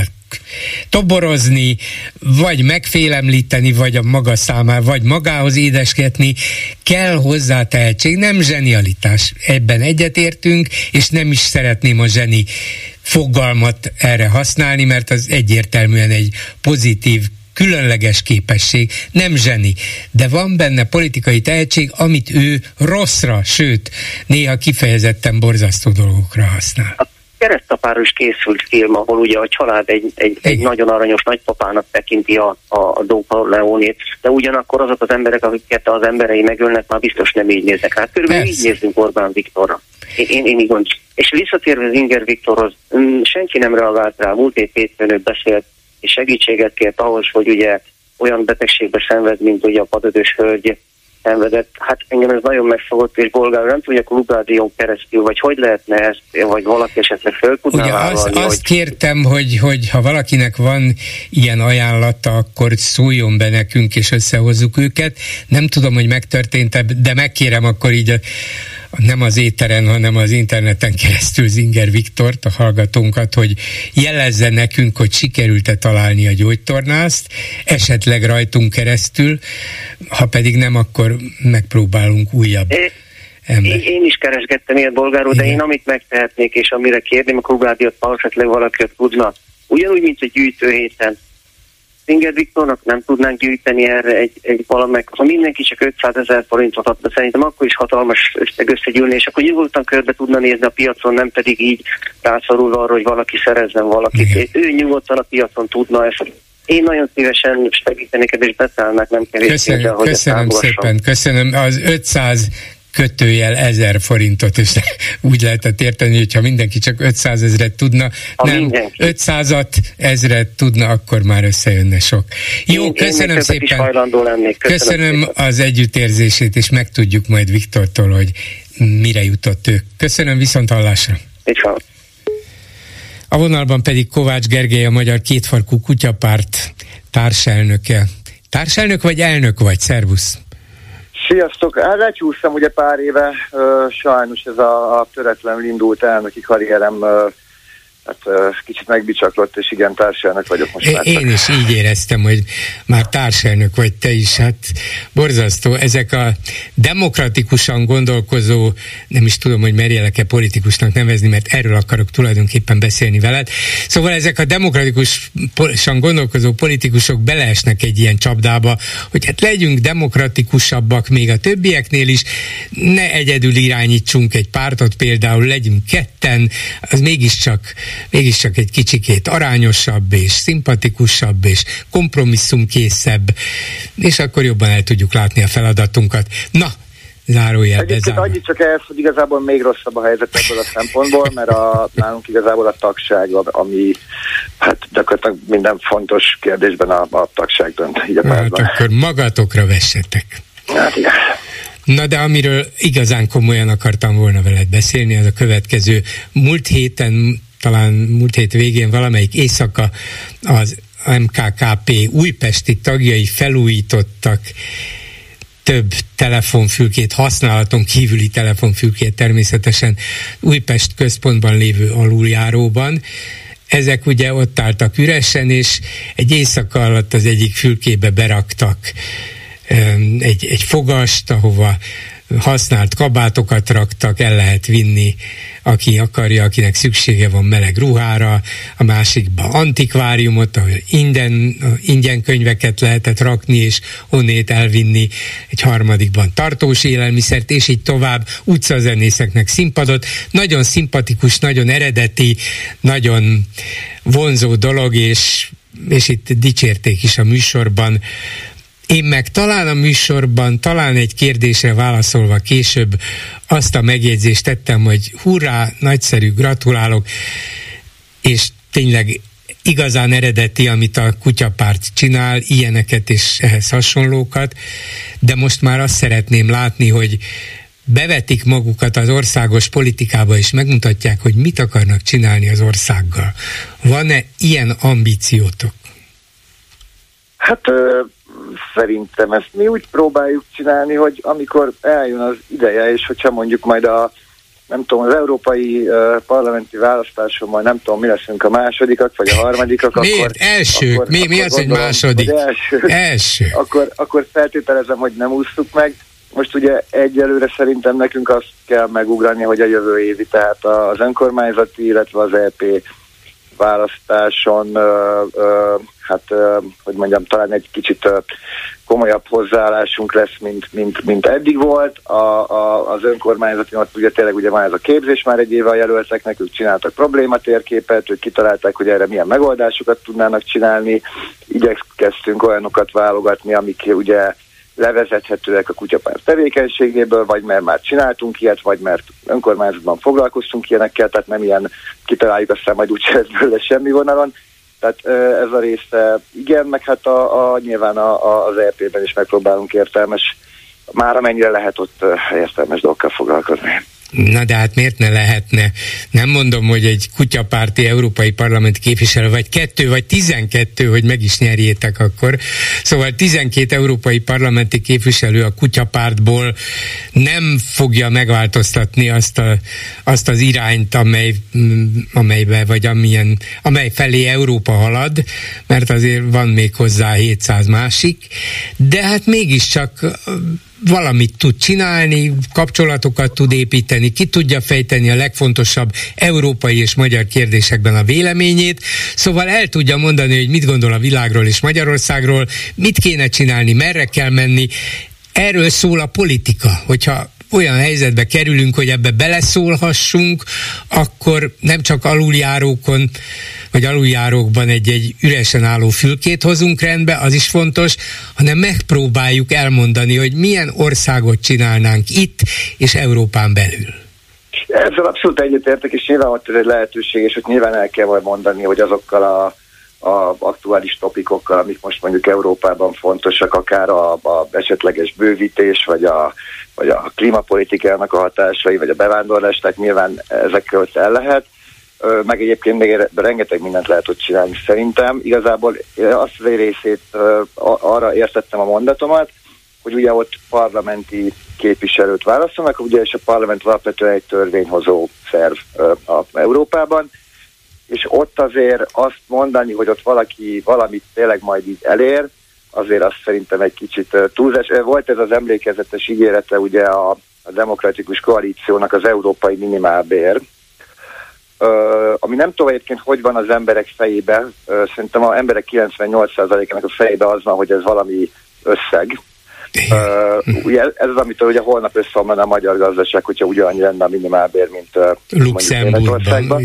Speaker 3: toborozni, vagy megfélemlíteni, vagy a maga számára, vagy magához édesgetni, kell hozzá tehetség, nem zsenialitás. Ebben egyetértünk, és nem is szeretném a zseni fogalmat erre használni, mert az egyértelműen egy pozitív, különleges képesség, nem zseni, de van benne politikai tehetség, amit ő rosszra, sőt, néha kifejezetten borzasztó dolgokra használ.
Speaker 8: A Keresztapáról is készült film, ahol ugye a család egy, egy, egy nagyon aranyos nagypapának tekinti a, a Don Corleonét, de ugyanakkor azok az emberek, akiket az emberei megölnek, már biztos nem így néznek rá. Körülbelül így nézzünk Orbán Viktorra. Én, én, én így gondolom. És visszatérve Zinger Viktorhoz, senki nem reagált rá, múlt év hétfőn ő beszélt, és segítséget kért ahhoz, hogy ugye olyan betegségbe szenved, mint ugye a padödös hölgy szenvedett. Hát engem ez nagyon megfogott, és bolgár, nem tudja a Klubrádión keresztül, vagy hogy lehetne ezt, vagy valaki esetleg föl tudná
Speaker 3: ugye
Speaker 8: vállalni.
Speaker 3: Azt, azt hogy... kértem, hogy, hogy ha valakinek van ilyen ajánlata, akkor szóljon be nekünk, és összehozzuk őket. Nem tudom, hogy megtörtént, de megkérem akkor így a, nem az éteren, hanem az interneten keresztül Zinger Viktort, a hallgatónkat, hogy jelezze nekünk, hogy sikerült-e találni a gyógytornászt, esetleg rajtunk keresztül, ha pedig nem, akkor megpróbálunk újabb
Speaker 8: é, ember. Én is keresgettem ilyet, bolgár úr, de én amit megtehetnék, és amire kérném a Klubrádiót, ha esetleg valaki tudna, ugyanúgy, mint a gyűjtőhéten, Zinger Viktornak nem tudnánk gyűjteni erre egy, egy valamelyik, ha mindenki csak ötszázezer forintot ad, de szerintem akkor is hatalmas összeg összegyűlni, és akkor nyugodtan körbe tudna nézni a piacon, nem pedig így rászorulva arra, hogy valaki szerezzen valakit. Igen. Ő nyugodtan a piacon tudna ezt. Én nagyon szívesen segítenék, és beszállnak, nem kevés.
Speaker 3: Köszönöm, pénzzel, hogy köszönöm szépen, köszönöm. Az ötszáz kötőjel ezer forintot, és úgy lehetett érteni, hogyha mindenki csak ötszázezret tudna,
Speaker 8: ha
Speaker 3: nem
Speaker 8: mindenki.
Speaker 3: ötszázat, ezret tudna, akkor már összejönne sok. Jó, én, köszönöm én szépen.
Speaker 8: Lennék. Köszönöm,
Speaker 3: köszönöm
Speaker 8: szépen.
Speaker 3: Az együttérzését, és megtudjuk majd Viktortól, hogy mire jutott ő. Köszönöm, viszont hallásra.
Speaker 8: Így van.
Speaker 3: A vonalban pedig Kovács Gergely, a Magyar Kétfarkú Kutyapárt társelnöke. Társelnök vagy elnök vagy? Szervusz!
Speaker 9: Sziasztok! Hát lecsúsztam ugye pár éve, sajnos ez a, a töretlenül indult elnöki karrierem hát kicsit megbicsaklott, és igen, társelnök vagyok most
Speaker 3: é,
Speaker 9: már.
Speaker 3: Én is így éreztem, hogy már társelnök vagy te is, hát borzasztó. Ezek a demokratikusan gondolkozó, nem is tudom, hogy merjelek-e politikusnak nevezni, mert erről akarok tulajdonképpen beszélni veled. Szóval ezek a demokratikusan gondolkozó politikusok beleesnek egy ilyen csapdába, hogy hát legyünk demokratikusabbak még a többieknél is, ne egyedül irányítsunk egy pártot, például legyünk ketten, az mégiscsak mégiscsak egy kicsikét arányosabb és szimpatikusabb és kompromisszumkészebb, és akkor jobban el tudjuk látni a feladatunkat. Na, zárójelbe zárva.
Speaker 9: Annyit csak ehhez, hogy igazából még rosszabb a helyzet ebből a szempontból, mert a, nálunk igazából a tagság, ami hát gyakorlatilag minden fontos kérdésben a, a tagság dönt. Így a
Speaker 3: hát akkor magatokra vessetek.
Speaker 9: Hát igen.
Speaker 3: Na de amiről igazán komolyan akartam volna veled beszélni, az a következő. Múlt héten, talán múlt hét végén valamelyik éjszaka az em ká ká pé újpesti tagjai felújítottak több telefonfülkét, használaton kívüli telefonfülkét természetesen Újpest központban lévő aluljáróban. Ezek ugye ott álltak üresen, és egy éjszaka alatt az egyik fülkébe beraktak egy, egy fogast, ahova használt kabátokat raktak, el lehet vinni, aki akarja, akinek szüksége van meleg ruhára, a másikba antikváriumot, ahol ingyen, ingyen könyveket lehetett rakni, és onnét elvinni, egy harmadikban tartós élelmiszert, és így tovább, utcazenészeknek színpadot. Nagyon szimpatikus, nagyon eredeti, nagyon vonzó dolog, és, és itt dicsérték is a műsorban. Én meg talán a műsorban, talán egy kérdésre válaszolva később azt a megjegyzést tettem, hogy hurrá, nagyszerű, gratulálok, és tényleg igazán eredeti, amit a kutyapárt csinál, ilyeneket és ehhez hasonlókat, de most már azt szeretném látni, hogy bevetik magukat az országos politikába, és megmutatják, hogy mit akarnak csinálni az országgal. Van-e ilyen ambíciótok?
Speaker 9: Hát... Ö- Szerintem ezt mi úgy próbáljuk csinálni, hogy amikor eljön az ideje, és hogyha mondjuk majd a, nem tudom, az európai uh, parlamenti választáson majd nem tudom, mi leszünk a másodikak, vagy a harmadikak,
Speaker 3: Miért?
Speaker 9: akkor...
Speaker 3: Első?
Speaker 9: Akkor,
Speaker 3: mi,
Speaker 9: akkor
Speaker 3: mi az, hogy második?
Speaker 9: Első.
Speaker 3: első.
Speaker 9: akkor, akkor feltételezem, hogy nem úsztuk meg. Most ugye egyelőre szerintem nekünk azt kell megugrani, hogy a jövő évi, tehát az önkormányzati, illetve az é pé választáson uh, uh, hát, uh, hogy mondjam, talán egy kicsit uh, komolyabb hozzáállásunk lesz, mint, mint, mint eddig volt. A, a, az önkormányzati, ott ugye tényleg ugye már ez a képzés, már egy éve a jelölteknek, ők csináltak problématérképet, ők kitalálták, hogy erre milyen megoldásokat tudnának csinálni. Igyekeztünk olyanokat válogatni, amik ugye levezethetőek a kutyapárt tevékenységéből, vagy mert már csináltunk ilyet, vagy mert önkormányzatban foglalkoztunk ilyenekkel, tehát nem ilyen kitaláljuk, aztán majd úgyse lesz belőle semmi vonalon. Tehát ez a része igen, meg hát a, a, nyilván a, a, az é pében is megpróbálunk értelmes, már amennyire lehet ott értelmes dolgokkal foglalkozni.
Speaker 3: Na de hát miért ne lehetne? Nem mondom, hogy egy kutyapárti európai parlamenti képviselő, vagy kettő, vagy tizenkettő, hogy meg is nyerjétek akkor. Szóval tizenkét európai parlamenti képviselő a kutyapártból nem fogja megváltoztatni azt, a, azt az irányt, amely, amelybe, vagy amilyen, amely felé Európa halad, mert azért van még hozzá hétszáz másik, de hát mégiscsak valamit tud csinálni, kapcsolatokat tud építeni, ki tudja fejteni a legfontosabb európai és magyar kérdésekben a véleményét, szóval el tudja mondani, hogy mit gondol a világról és Magyarországról, mit kéne csinálni, merre kell menni. Erről szól a politika, hogyha olyan helyzetbe kerülünk, hogy ebbe beleszólhassunk, akkor nem csak aluljárókon, vagy aluljárókban egy-egy üresen álló fülkét hozunk rendbe, az is fontos, hanem megpróbáljuk elmondani, hogy milyen országot csinálnánk itt és Európán belül.
Speaker 9: Ezzel abszolút egyetértek, és nyilván ott ez egy lehetőség, és ott nyilván el kell majd mondani, hogy azokkal a a aktuális topikokkal, amik most mondjuk Európában fontosak, akár a, a esetleges bővítés, vagy a, vagy a klímapolitikának a hatásai, vagy a bevándorlás, tehát nyilván ezekről el lehet. meg egyébként még rengeteg mindent lehet ott csinálni szerintem. Igazából azt az egy részét arra értettem a mondatomat, hogy ugye ott parlamenti képviselőt választanak, ugye, és a parlament alapvetően egy törvényhozó szerv a Európában, és ott azért azt mondani, hogy ott valaki valamit tényleg majd így elér, azért azt szerintem egy kicsit túlzás. Volt ez az emlékezetes ígérete ugye a, a demokratikus koalíciónak az európai minimálbér, Uh, ami nem tudom egyébként, hogy van az emberek fejében, uh, szerintem az emberek kilencvennyolc százalékának a fejében az van, hogy ez valami összeg. Uh, ugye ez az, amitől ugye holnap összeomlana a magyar gazdaság, hogyha ugyanannyi lenne a minimálbér, mint uh,
Speaker 3: Luxemburgban.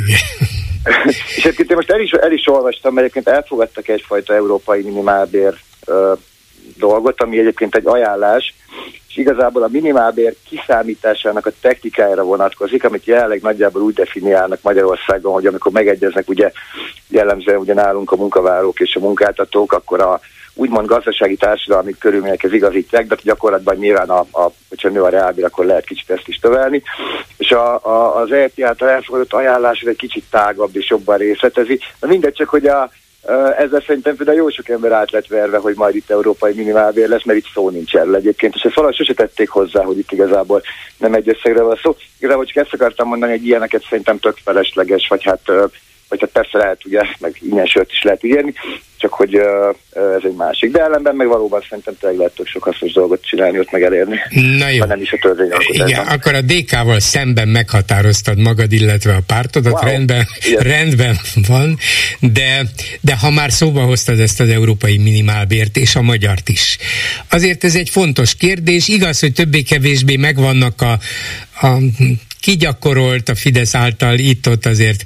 Speaker 9: És egyébként én most el is, el is olvastam, mert egyébként elfogadtak egyfajta európai minimálbér uh, dolgot, ami egyébként egy ajánlás, és igazából a minimálbér kiszámításának a technikájára vonatkozik, amit jelenleg nagyjából úgy definiálnak Magyarországon, hogy amikor megegyeznek ugye jellemzően ugye nálunk a munkavállalók és a munkáltatók, akkor a úgymond gazdasági társadalmi körülményekhez igazítják, de gyakorlatban nyilván, a, a, hogyha nő a reálbér, akkor lehet kicsit ezt is növelni. És a, a, az é e pé által elfogadott ajánlás egy kicsit tágabb és jobban részletezi. De mindegy, csak hogy a ezzel szerintem például jó sok ember át lett verve, hogy majd itt európai minimálbér lesz, mert itt szó nincs erről egyébként, és ezt valahogy sose tették hozzá, hogy itt igazából nem egy összegre van szó. Igazából csak ezt akartam mondani, hogy ilyeneket szerintem tök felesleges, vagy hát, vagy hát persze lehet, ugye, meg ingyen sört is lehet ígérni, csak hogy ez egy másik. De ellenben meg valóban szerintem tényleg lehet tök sok hasznos dolgot csinálni, ott meg elérni.
Speaker 3: Na jó.
Speaker 9: Ha nem is a törvényalkotásban.
Speaker 3: Igen, akkor a dé ká-val szemben meghatároztad magad, illetve a pártodat, wow. rendben, rendben van, de, de ha már szóba hoztad ezt az európai minimálbért és a magyart is. Azért ez egy fontos kérdés, igaz, hogy többé-kevésbé megvannak a, a kigyakorolt, a Fidesz által itt-ott azért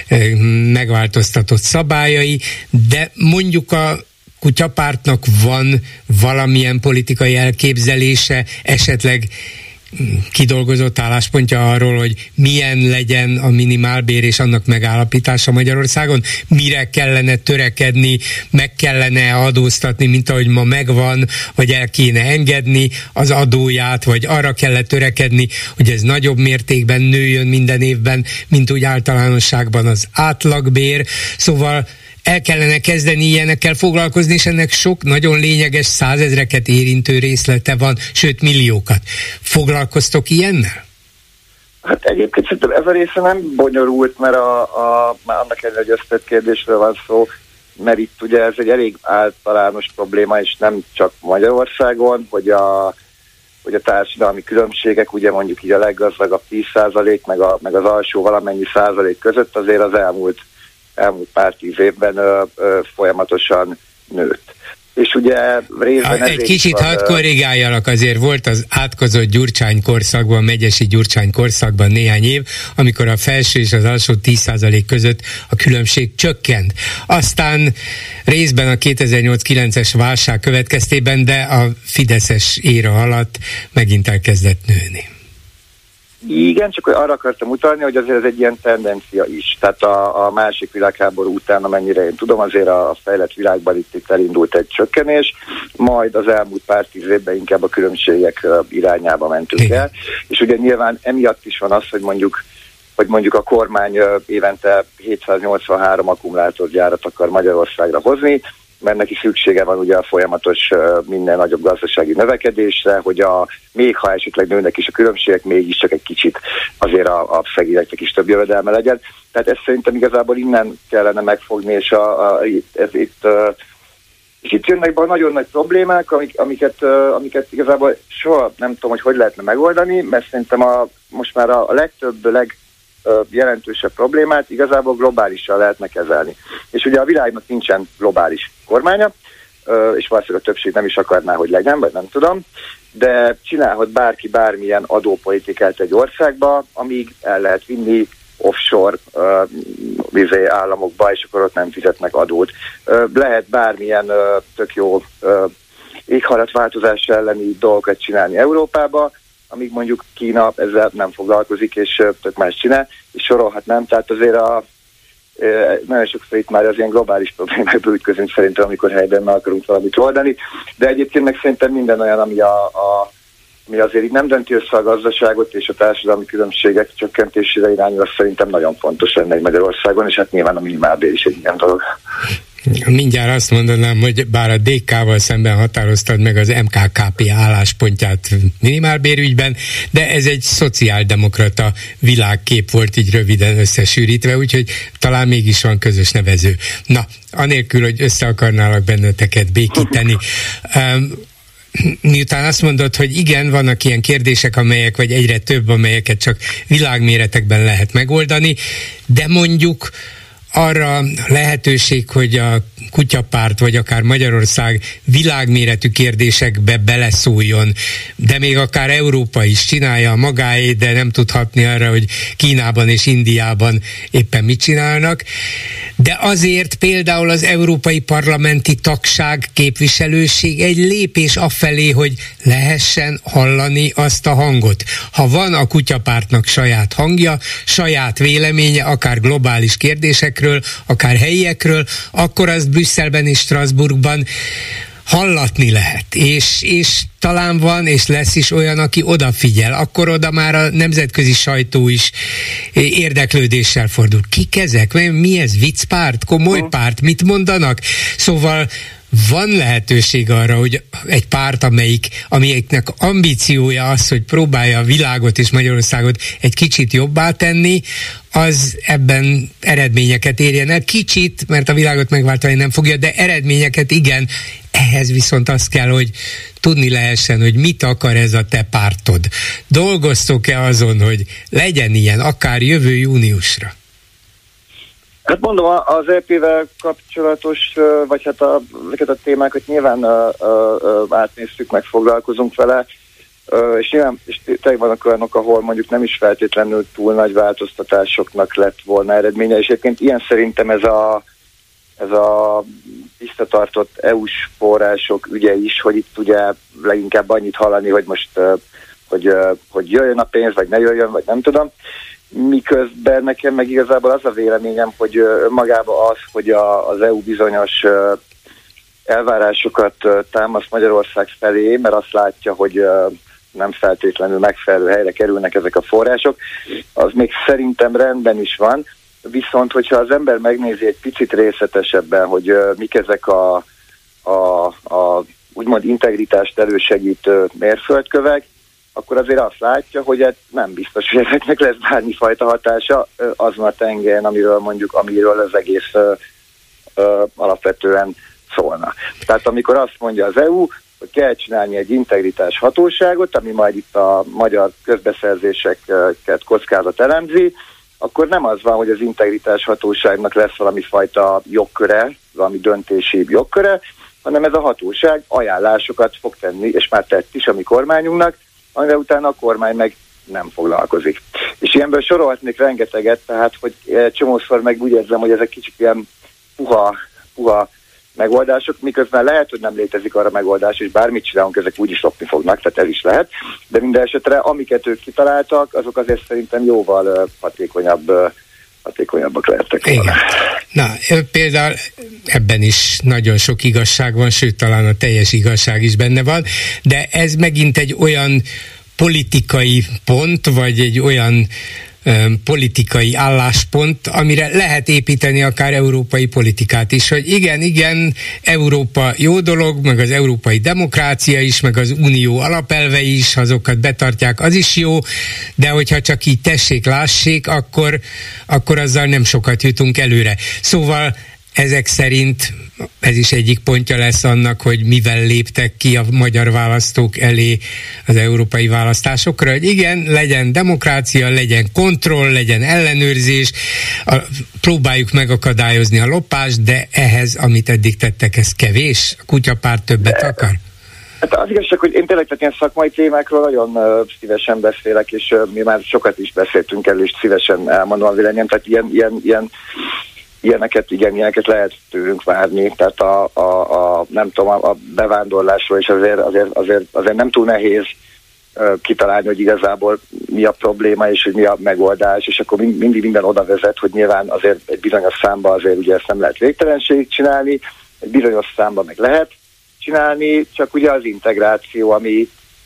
Speaker 3: megváltoztatott szabályai, de mondjuk a kutyapártnak van valamilyen politikai elképzelése, esetleg kidolgozott álláspontja arról, hogy milyen legyen a minimálbér és annak megállapítása Magyarországon, mire kellene törekedni, meg kellene adóztatni, mint ahogy ma megvan, vagy el kéne engedni az adóját, vagy arra kellene törekedni, hogy ez nagyobb mértékben nőjön minden évben, mint úgy általánosságban az átlagbér. Szóval el kellene kezdeni ilyenekkel foglalkozni, és ennek sok nagyon lényeges, százezreket érintő részlete van, sőt milliókat. Foglalkoztok ilyennel?
Speaker 9: Hát egyébként szerintem ez a része nem bonyolult, mert a, a, már annak ellenére, hogy összetett kérdésről van szó, mert itt ugye ez egy elég általános probléma, és nem csak Magyarországon, hogy a, hogy a társadalmi különbségek, ugye mondjuk így a leggazdagabb tíz százalék, meg, a, meg az alsó valamennyi százalék között azért az elmúlt elmúlt pár tíz évben ö, ö, folyamatosan nőtt. És ugye részben
Speaker 3: egy kicsit hadd korrigáljalak, azért volt az átkozott Gyurcsány korszakban, megyesi Gyurcsány korszakban néhány év, amikor a felső és az alsó tíz százalék között a különbség csökkent. Aztán részben a kétezer-nyolc-kilences válság következtében, de a fideszes éra alatt megint elkezdett nőni.
Speaker 9: Igen, csak arra akartam utalni, hogy azért ez egy ilyen tendencia is. Tehát a, a másik világháború után, amennyire én tudom, azért a fejlett világban itt, itt elindult egy csökkenés, majd az elmúlt pár tíz évben inkább a különbségek irányába mentünk el. És ugye nyilván emiatt is van az, hogy mondjuk, hogy mondjuk a kormány évente hétszáznyolcvanhárom akkumulátorgyárat akar Magyarországra hozni, mert neki szüksége van ugye a folyamatos minden nagyobb gazdasági növekedésre, hogy a, még ha esetleg nőnek is a különbségek, mégiscsak egy kicsit azért a, a szegényeknek is több jövedelme legyen. Tehát ezt szerintem igazából innen kellene megfogni, és a, a, ez itt, és itt jönnek be a nagyon nagy problémák, amik, amiket, amiket igazából soha nem tudom, hogy hogy lehetne megoldani, mert szerintem a, most már a, a legtöbb, leg jelentősebb problémát igazából globálisan lehetne kezelni. És ugye a világnak nincsen globális kormánya, és valószínűleg a többség nem is akarná, hogy legyen, vagy nem tudom, de csinálhat bárki bármilyen adópolitikát egy országba, amíg el lehet vinni offshore uh, vizé államokba, és akkor ott nem fizetnek adót. Uh, lehet bármilyen uh, tök jó uh, éghajlatváltozás elleni dolgokat csinálni Európába, amíg mondjuk Kína ezzel nem foglalkozik, és tök más csinál, és sorolhatnám, tehát azért a, nagyon sokszor itt már az ilyen globális problémákból ütközünk szerintem, amikor helyben meg akarunk valamit oldani, de egyébként meg szerintem minden olyan, ami a, a mi azért így nem dönti össze a gazdaságot, és a társadalmi különbségek csökkentésére irányul, az szerintem nagyon fontos lenne egy Magyarországon, és hát nyilván a minimálbér is egy ilyen dolog.
Speaker 3: Mindjárt azt mondanám, hogy bár a dé ká-val szemben határoztad meg az em ká ká pé álláspontját minimálbérügyben, de ez egy szociáldemokrata világkép volt így röviden összesűrítve, úgyhogy talán mégis van közös nevező. Na, anélkül, hogy össze akarnálak benneteket békíteni, um, miután azt mondod, hogy igen, vannak ilyen kérdések, amelyek, vagy egyre több, amelyeket csak világméretekben lehet megoldani, de mondjuk arra lehetőség, hogy a kutyapárt, vagy akár Magyarország világméretű kérdésekbe beleszóljon, de még akár Európa is csinálja a magáét, de nem tudhatni arra, hogy Kínában és Indiában éppen mit csinálnak. De azért például az európai parlamenti tagság, képviselőség egy lépés afelé, hogy lehessen hallani azt a hangot. Ha van a kutyapártnak saját hangja, saját véleménye, akár globális kérdésekről, akár helyiekről, akkor azt Brüsszelben és Strasbourgban hallatni lehet, és, és talán van, és lesz is olyan, aki odafigyel, akkor oda már a nemzetközi sajtó is érdeklődéssel fordul. Kik ezek? Mi ez? Viccpárt? Komoly párt? Mit mondanak? Szóval van lehetőség arra, hogy egy párt, amelyik, amelyiknek ambíciója az, hogy próbálja a világot és Magyarországot egy kicsit jobbá tenni, az ebben eredményeket érjen el. Kicsit, mert a világot megváltani nem fogja, de eredményeket igen. Ehhez viszont az kell, hogy tudni lehessen, hogy mit akar ez a te pártod. Dolgoztok-e azon, hogy legyen ilyen, akár jövő júniusra?
Speaker 9: Hát mondom, az é pé-vel kapcsolatos, vagy hát a, ezeket a témákat nyilván uh, uh, átnéztük, meg foglalkozunk vele, uh, és nyilván és tényleg vannak olyanok, ahol mondjuk nem is feltétlenül túl nagy változtatásoknak lett volna eredménye, és egyébként ilyen szerintem ez a, ez a visszatartott é u-s források ügye is, hogy itt ugye leginkább annyit hallani, hogy most uh, hogy, uh, hogy jöjjön a pénz, vagy ne jöjjön, vagy nem tudom. Miközben nekem meg igazából az a véleményem, hogy magában az, hogy a, az é u bizonyos elvárásokat támaszt Magyarország felé, mert azt látja, hogy nem feltétlenül megfelelő helyre kerülnek ezek a források, az még szerintem rendben is van, viszont hogyha az ember megnézi egy picit részletesebben, hogy mik ezek a, a, a úgymond integritást elősegítő mérföldkövek, akkor azért azt látja, hogy ez nem biztos, hogy ezeknek lesz bármifajta hatása azon a tengelyen, amiről mondjuk, amiről az egész ö, ö, alapvetően szólna. Tehát amikor azt mondja az é u, hogy kell csinálni egy integritás hatóságot, ami majd itt a magyar közbeszerzéseket kockázat elemzi, akkor nem az van, hogy az integritás hatóságnak lesz valami fajta jogköre, valami döntési jogköre, hanem ez a hatóság ajánlásokat fog tenni, és már tett is a mi kormányunknak, amivel utána a kormány meg nem foglalkozik. És ilyenből sorolhatnék rengeteget, tehát, hogy csomószor meg úgy érzem, hogy ezek kicsit ilyen puha, puha megoldások, miközben lehet, hogy nem létezik arra megoldás, és bármit csinálunk, ezek úgyis lopni fognak, tehát ez is lehet. De minden esetre, amiket ők kitaláltak, azok azért szerintem jóval hatékonyabb, hatékonyabbak lehettek volna.
Speaker 3: Na, például ebben is nagyon sok igazság van, sőt, talán a teljes igazság is benne van, de ez megint egy olyan politikai pont, vagy egy olyan um, politikai álláspont, amire lehet építeni akár európai politikát is, hogy igen, igen, Európa jó dolog, meg az európai demokrácia is, meg az unió alapelvei is, azokat betartják, az is jó, de hogyha csak így tessék, lássék, akkor, akkor azzal nem sokat jutunk előre. Szóval ezek szerint ez is egyik pontja lesz annak, hogy mivel léptek ki a magyar választók elé az európai választásokra, hogy igen, legyen demokrácia, legyen kontroll, legyen ellenőrzés, a, próbáljuk megakadályozni a lopást, de ehhez, amit eddig tettek, ez kevés? A kutyapárt többet akar?
Speaker 9: Hát az igazság, hogy én tényleg tehát ilyen szakmai témákról nagyon uh, szívesen beszélek, és uh, mi már sokat is beszéltünk el, és szívesen elmondom a véleményem, tehát ilyen, ilyen, ilyen Ilyeneket, igen, ilyeneket lehet tőlünk várni, tehát a, a, a nem tudom, a bevándorlásról is azért, azért, azért, azért nem túl nehéz uh, kitalálni, hogy igazából mi a probléma és hogy mi a megoldás, és akkor mindig minden oda vezet, hogy nyilván azért egy bizonyos számba azért ugye ezt nem lehet végtelenség csinálni, egy bizonyos számba meg lehet csinálni, csak ugye az integráció, ami,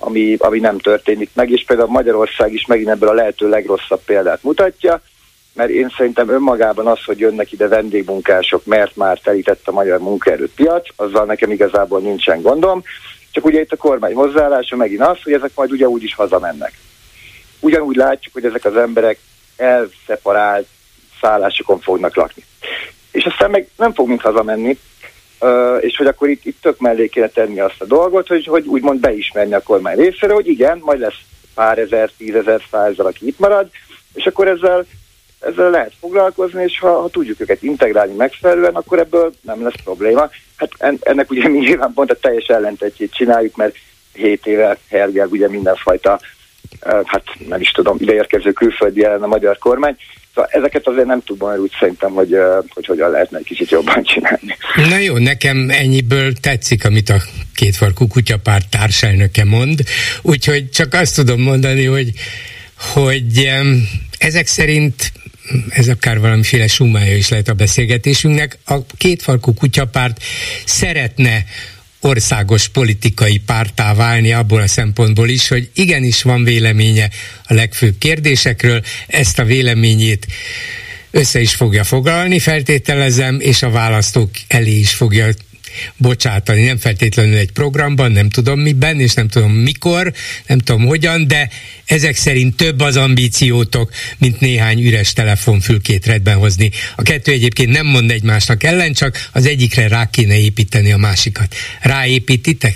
Speaker 9: ami, ami nem történik meg, és például Magyarország is megint ebből a lehető legrosszabb példát mutatja, mert én szerintem önmagában az, hogy jönnek ide vendégmunkások, mert már telített a magyar munkaerőpiac, azzal nekem igazából nincsen gondom, csak ugye itt a kormány hozzáállása megint az, hogy ezek majd ugye úgy is hazamennek. Ugyanúgy látjuk, hogy ezek az emberek elszeparált szállásokon fognak lakni. És aztán meg nem fogunk hazamenni, és hogy akkor itt, itt tök mellé kéne tenni azt a dolgot, hogy, hogy úgymond beismerni a kormány részéről, hogy igen, majd lesz pár ezer, tízezer, százezer, aki itt marad, és akkor ezzel, ezzel lehet foglalkozni, és ha, ha tudjuk őket integrálni megfelelően, akkor ebből nem lesz probléma. Hát ennek ugye mi nyilván pont a teljes ellentetjét csináljuk, mert hét éve hergel ugye mindenfajta, hát nem is tudom, ideérkező külföldi ellen a magyar kormány. Szóval ezeket azért nem tudom, mert úgy szerintem, hogy, hogy hogyan lehetne egy kicsit jobban csinálni.
Speaker 3: Na jó, nekem ennyiből tetszik, amit a Kétfarkú Kutyapárt társelnöke mond, úgyhogy csak azt tudom mondani, hogy, hogy ezek szerint ez akár valamiféle sumája is lehet a beszélgetésünknek. A Kétfarkú Kutyapárt szeretne országos politikai párttá válni abból a szempontból is, hogy igenis van véleménye a legfőbb kérdésekről, ezt a véleményét össze is fogja foglalni, feltételezem, és a választók elé is fogja bocsátani, nem feltétlenül egy programban, nem tudom miben, és nem tudom mikor, nem tudom hogyan, de ezek szerint több az ambíciótok, mint néhány üres telefonfülkét redben hozni. A kettő egyébként nem mond egymásnak ellen, csak az egyikre rá kéne építeni a másikat. Ráépítitek?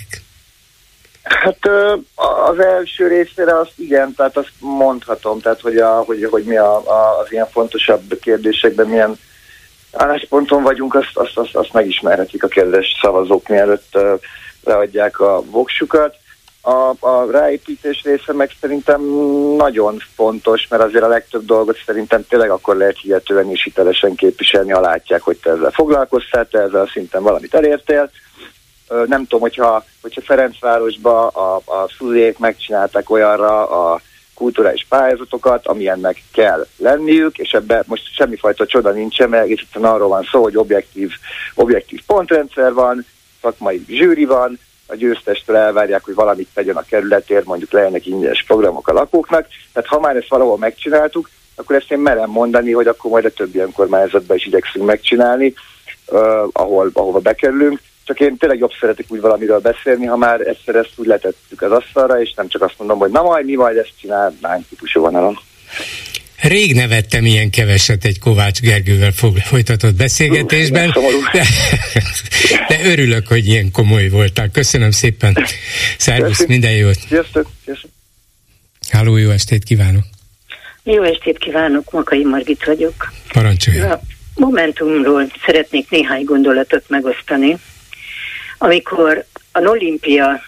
Speaker 9: Hát az első részére azt igen, tehát azt mondhatom, tehát hogy, a, hogy, hogy mi a, a, az ilyen fontosabb kérdésekben milyen állásponton vagyunk, azt, azt, azt, azt megismerhetik a kedves szavazók, mielőtt uh, leadják a voksukat. A, a ráépítés része meg szerintem nagyon fontos, mert azért a legtöbb dolgot szerintem tényleg akkor lehet hihetően és hitelesen képviselni, ha látják, hogy te ezzel foglalkoztál, te ezzel szinten valamit elértél. Uh, nem tudom, hogyha, hogyha Ferencvárosba a, a szuzék megcsinálták olyanra a kulturális pályázatokat, amilyennek kell lenniük, és ebben most semmifajta csoda nincsen, mert egészen arról van szó, hogy objektív, objektív pontrendszer van, szakmai zsűri van, a győztestől elvárják, hogy valamit tegyen a kerületért, mondjuk legyenek ingyenes programok a lakóknak, tehát ha már ezt valahol megcsináltuk, akkor ezt én merem mondani, hogy akkor majd a többi önkormányzatban is igyekszünk megcsinálni, uh, ahol, ahova bekerülünk. Csak én tényleg jobb szeretek úgy valamiről beszélni, ha már egyszer ezt úgy letettük az asztalra, és nem csak azt mondom, hogy na majd mi majd ezt csinálnánk típusú vonalon.
Speaker 3: Rég nevettem ilyen keveset egy Kovács Gergővel folytatott beszélgetésben, de, de örülök, hogy ilyen komoly voltál. Köszönöm szépen. Szervusz, minden jót.
Speaker 9: Sziasztok. Sziasztok.
Speaker 3: Halló, jó estét kívánok.
Speaker 10: Jó estét kívánok, Makai Margit vagyok.
Speaker 3: Parancsolja.
Speaker 10: A Momentumról szeretnék néhány gondolatot megosztani. Amikor a olimpia,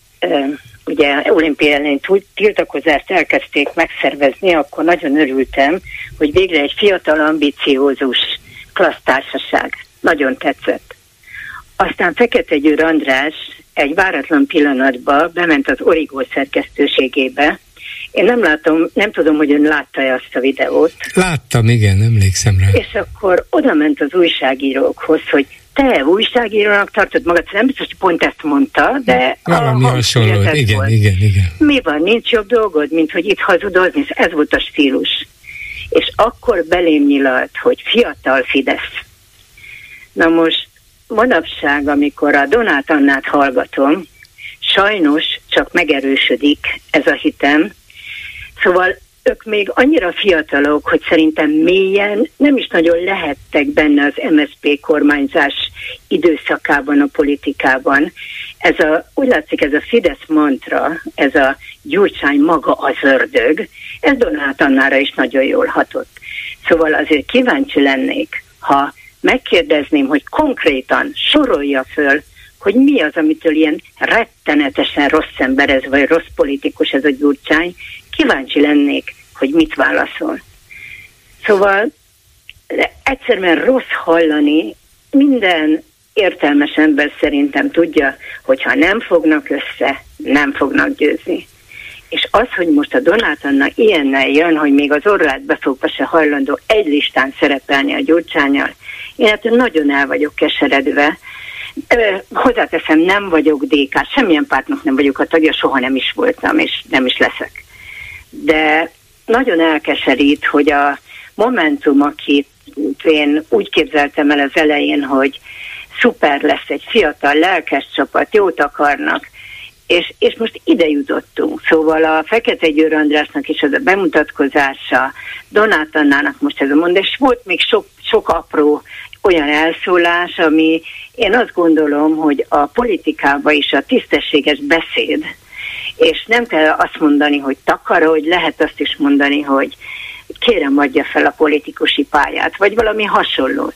Speaker 10: ugye olimpia ellen tiltakozást elkezdték megszervezni, akkor nagyon örültem, hogy végre egy fiatal, ambiciózus klassztársaság. Nagyon tetszett. Aztán Fekete Győr András egy váratlan pillanatban bement az Origó szerkesztőségébe. Én nem látom, nem tudom, hogy ön látta-e azt a videót.
Speaker 3: Láttam, igen, emlékszem rá.
Speaker 10: És akkor oda ment az újságírókhoz, hogy te újságírónak tartod magad, nem biztos, hogy pont ezt mondta, de...
Speaker 3: Valami hasonló, igen, volt. igen, igen.
Speaker 10: Mi van, nincs jobb dolgod, mint hogy itt hazudozni, ez volt a stílus. És akkor belém nyilalt, hogy fiatal Fidesz. Na most manapság, amikor a Donát Annát hallgatom, sajnos csak megerősödik ez a hitem. Szóval ők még annyira fiatalok, hogy szerintem mélyen nem is nagyon lehettek benne az em es zé pé kormányzás időszakában, a politikában. Ez a, úgy látszik, ez a Fidesz mantra, ez a Gyurcsány maga az ördög, ez Donát Annára is nagyon jól hatott. Szóval azért kíváncsi lennék, ha megkérdezném, hogy konkrétan sorolja föl, hogy mi az, amitől ilyen rettenetesen rossz ember ez, vagy rossz politikus ez a Gyurcsány, kíváncsi lennék, hogy mit válaszol. Szóval egyszerűen rossz hallani, minden értelmes ember szerintem tudja, hogy ha nem fognak össze, nem fognak győzni. És az, hogy most a Donát Anna ilyennel jön, hogy még az orrát befogva se hajlandó egy listán szerepelni a Gyurcsánnyal, én hát nagyon el vagyok keseredve, Ö, hozzáteszem, nem vagyok dé ká, semmilyen pártnak nem vagyok a tagja, soha nem is voltam, és nem is leszek. De nagyon elkeserít, hogy a Momentum, akit én úgy képzeltem el az elején, hogy szuper lesz, egy fiatal, lelkes csapat, jót akarnak, és, és most ide jutottunk. Szóval a Fekete Győr Andrásnak is az a bemutatkozása, Donát Annának most ez a mondás, volt még sok, sok apró olyan elszólás, ami én azt gondolom, hogy a politikában is a tisztességes beszéd, és nem kell azt mondani, hogy takaró, hogy lehet azt is mondani, hogy kérem adja fel a politikusi pályát, vagy valami hasonlót.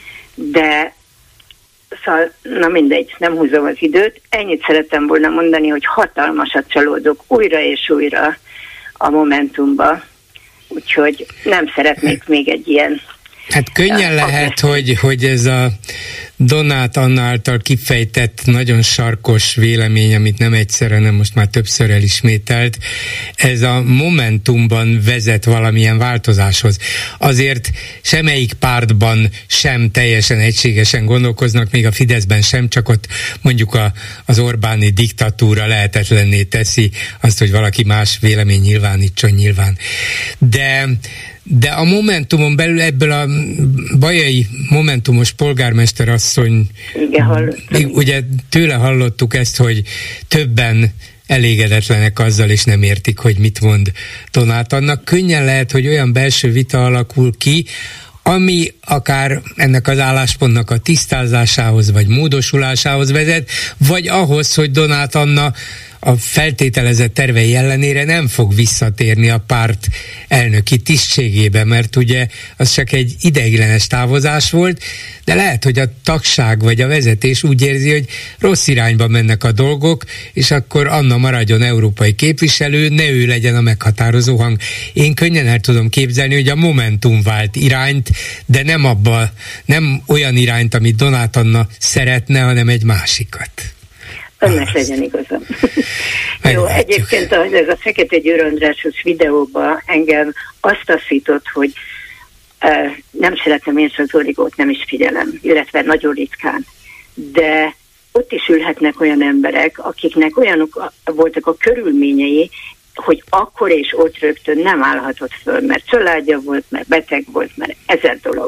Speaker 10: De szóval, na mindegy, nem húzom az időt. Ennyit szerettem volna mondani, hogy hatalmasat csalódok újra és újra a Momentumba. Úgyhogy nem szeretnék még egy ilyen...
Speaker 3: Hát könnyen lehet, hogy, hogy ez a Donát Anna által kifejtett nagyon sarkos vélemény, amit nem egyszer, hanem most már többször elismételt, ez a Momentumban vezet valamilyen változáshoz. Azért semmelyik pártban sem teljesen egységesen gondolkoznak, még a Fideszben sem, csak ott mondjuk a, az Orbáni diktatúra lehetetlenné teszi azt, hogy valaki más vélemény nyilvánítson nyilván. De De a Momentumon belül ebből a bajai momentumos polgármester asszony,
Speaker 10: igen,
Speaker 3: ugye tőle hallottuk ezt, hogy többen elégedetlenek azzal, és nem értik, hogy mit mond Donát Annak. Könnyen lehet, hogy olyan belső vita alakul ki, ami akár ennek az álláspontnak a tisztázásához, vagy módosulásához vezet, vagy ahhoz, hogy Donát Anna a feltételezett tervei ellenére nem fog visszatérni a párt elnöki tisztségébe, mert ugye az csak egy ideiglenes távozás volt, de lehet, hogy a tagság vagy a vezetés úgy érzi, hogy rossz irányba mennek a dolgok, és akkor Anna maradjon európai képviselő, ne ő legyen a meghatározó hang. Én könnyen el tudom képzelni, hogy a Momentum vált irányt, de nem abba, nem olyan irányt, amit Donát Anna szeretne, hanem egy másikat.
Speaker 10: Önnek legyen igazam. Jó, egyébként az, ez a Fekete Győr Andrásos videóban engem azt taszított, hogy uh, nem szeretem én az origót, nem is figyelem, illetve nagyon ritkán. De ott is ülhetnek olyan emberek, akiknek olyanok voltak a körülményei, hogy akkor és ott rögtön nem állhatott föl, mert családja volt, mert beteg volt, mert ezer dolog.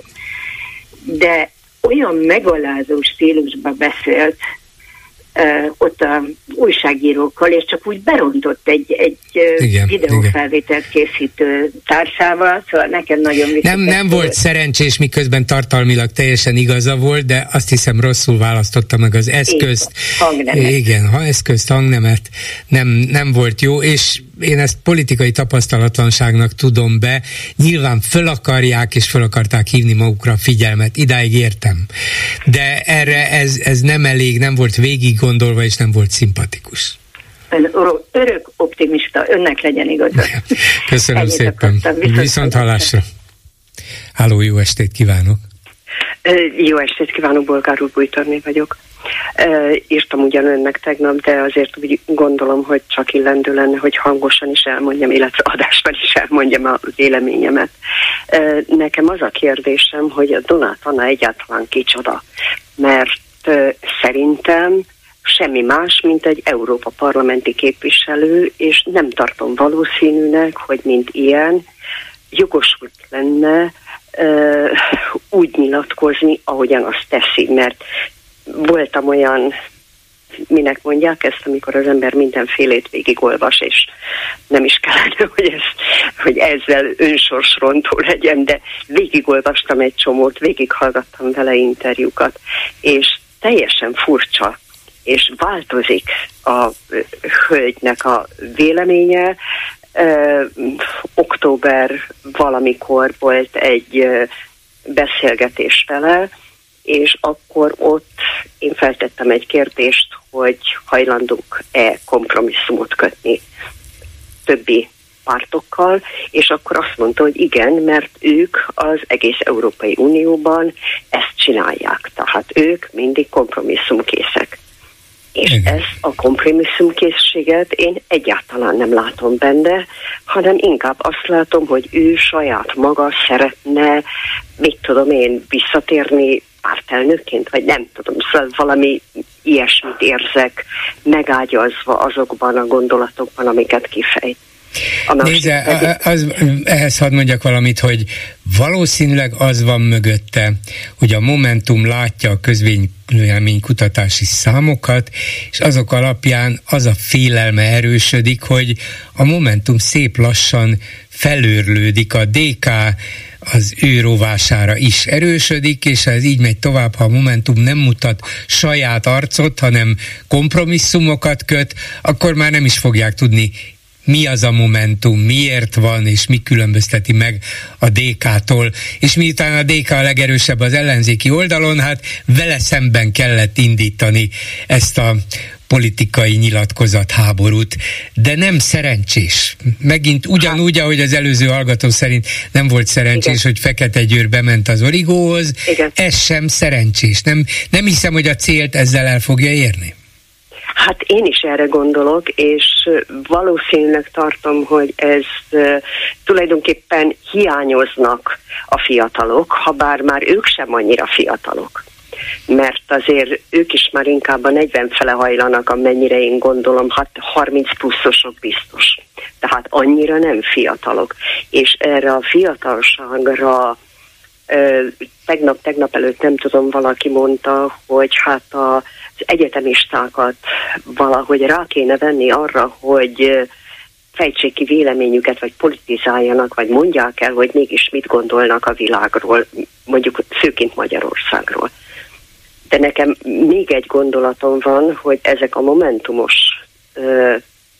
Speaker 10: De olyan megalázó stílusban beszélt, Uh, ott a újságírókkal, és csak úgy berontott egy, egy igen, videófelvételt igen. készítő társával, szóval nekem nagyon
Speaker 3: Nem, nem volt szerencsés, miközben tartalmilag teljesen igaza volt, de azt hiszem rosszul választotta meg az eszközt.
Speaker 10: Hangnemet.
Speaker 3: Igen, ha eszközt, hangnemet nem, nem volt jó, és én ezt politikai tapasztalatlanságnak tudom be. Nyilván föl akarják, és föl akarták hívni magukra a figyelmet. Idáig értem. De erre ez, ez nem elég, nem volt végig gondolva, és nem volt szimpatikus.
Speaker 10: Ön örök optimista, önnek legyen igaza.
Speaker 3: Köszönöm Ennyit szépen. Viszont, Viszont hallásra. Háló, jó estét kívánok.
Speaker 11: Jó estét kívánok, Bolgár úr, Bújtorné vagyok. Uh, írtam ugyan önnek tegnap, de azért úgy gondolom, hogy csak illendő lenne, hogy hangosan is elmondjam, illetve adásban is elmondjam a véleményemet. Uh, nekem az a kérdésem, hogy a Donát Anna egyáltalán kicsoda, mert uh, szerintem semmi más, mint egy Európa parlamenti képviselő, és nem tartom valószínűnek, hogy mint ilyen jogosult lenne uh, úgy nyilatkozni, ahogyan azt teszi, mert voltam olyan, minek mondják ezt, amikor az ember mindenfélét végigolvas, és nem is kellene, hogy, ez, hogy ezzel önsorsrontó legyen, de végigolvastam egy csomót, végighallgattam vele interjúkat, és teljesen furcsa, és változik a hölgynek a véleménye. Ö, október valamikor volt egy ö, beszélgetés vele, és akkor ott én feltettem egy kérdést, hogy hajlandók-e kompromisszumot kötni többi pártokkal, és akkor azt mondta, hogy igen, mert ők az egész Európai Unióban ezt csinálják. Tehát ők mindig kompromisszumkészek. És igen. ezt a kompromisszumkészséget én egyáltalán nem látom benne, hanem inkább azt látom, hogy ő saját maga szeretne, mit tudom én, visszatérni pártelnőként, vagy nem tudom, szóval valami ilyesmit érzek megágyazva azokban a gondolatokban, amiket kifejt.
Speaker 3: Nézze, az, ehhez hadd mondjak valamit, hogy valószínűleg az van mögötte, hogy a Momentum látja a közvéleménykutatási számokat, és azok alapján az a félelme erősödik, hogy a Momentum szép lassan felőrlődik, a dé ká az ő rovására is erősödik, és ha ez így megy tovább, ha a Momentum nem mutat saját arcot, hanem kompromisszumokat köt, akkor már nem is fogják tudni, mi az a Momentum, miért van, és mi különbözteti meg a dé ká-tól. És miután a dé ká a legerősebb az ellenzéki oldalon, hát vele szemben kellett indítani ezt a politikai nyilatkozatháborút, de nem szerencsés. Megint ugyanúgy, ahogy az előző hallgató szerint nem volt szerencsés, igen, hogy Fekete Győr bement az Origóhoz, igen, ez sem szerencsés. Nem, nem hiszem, hogy a célt ezzel el fogja érni.
Speaker 11: Hát én is erre gondolok, és valószínűleg tartom, hogy ez uh, tulajdonképpen hiányoznak a fiatalok, ha bár már ők sem annyira fiatalok. Mert azért ők is már inkább a negyven fele hajlanak, amennyire én gondolom, hát harminc pluszosok biztos. Tehát annyira nem fiatalok. És erre a fiatalságra uh, tegnap, tegnap előtt nem tudom, valaki mondta, hogy hát a az egyetemistákat valahogy rá kéne venni arra, hogy fejtsék ki véleményüket, vagy politizáljanak, vagy mondják el, hogy mégis mit gondolnak a világról, mondjuk főként Magyarországról. De nekem még egy gondolatom van, hogy ezek a momentumos ö,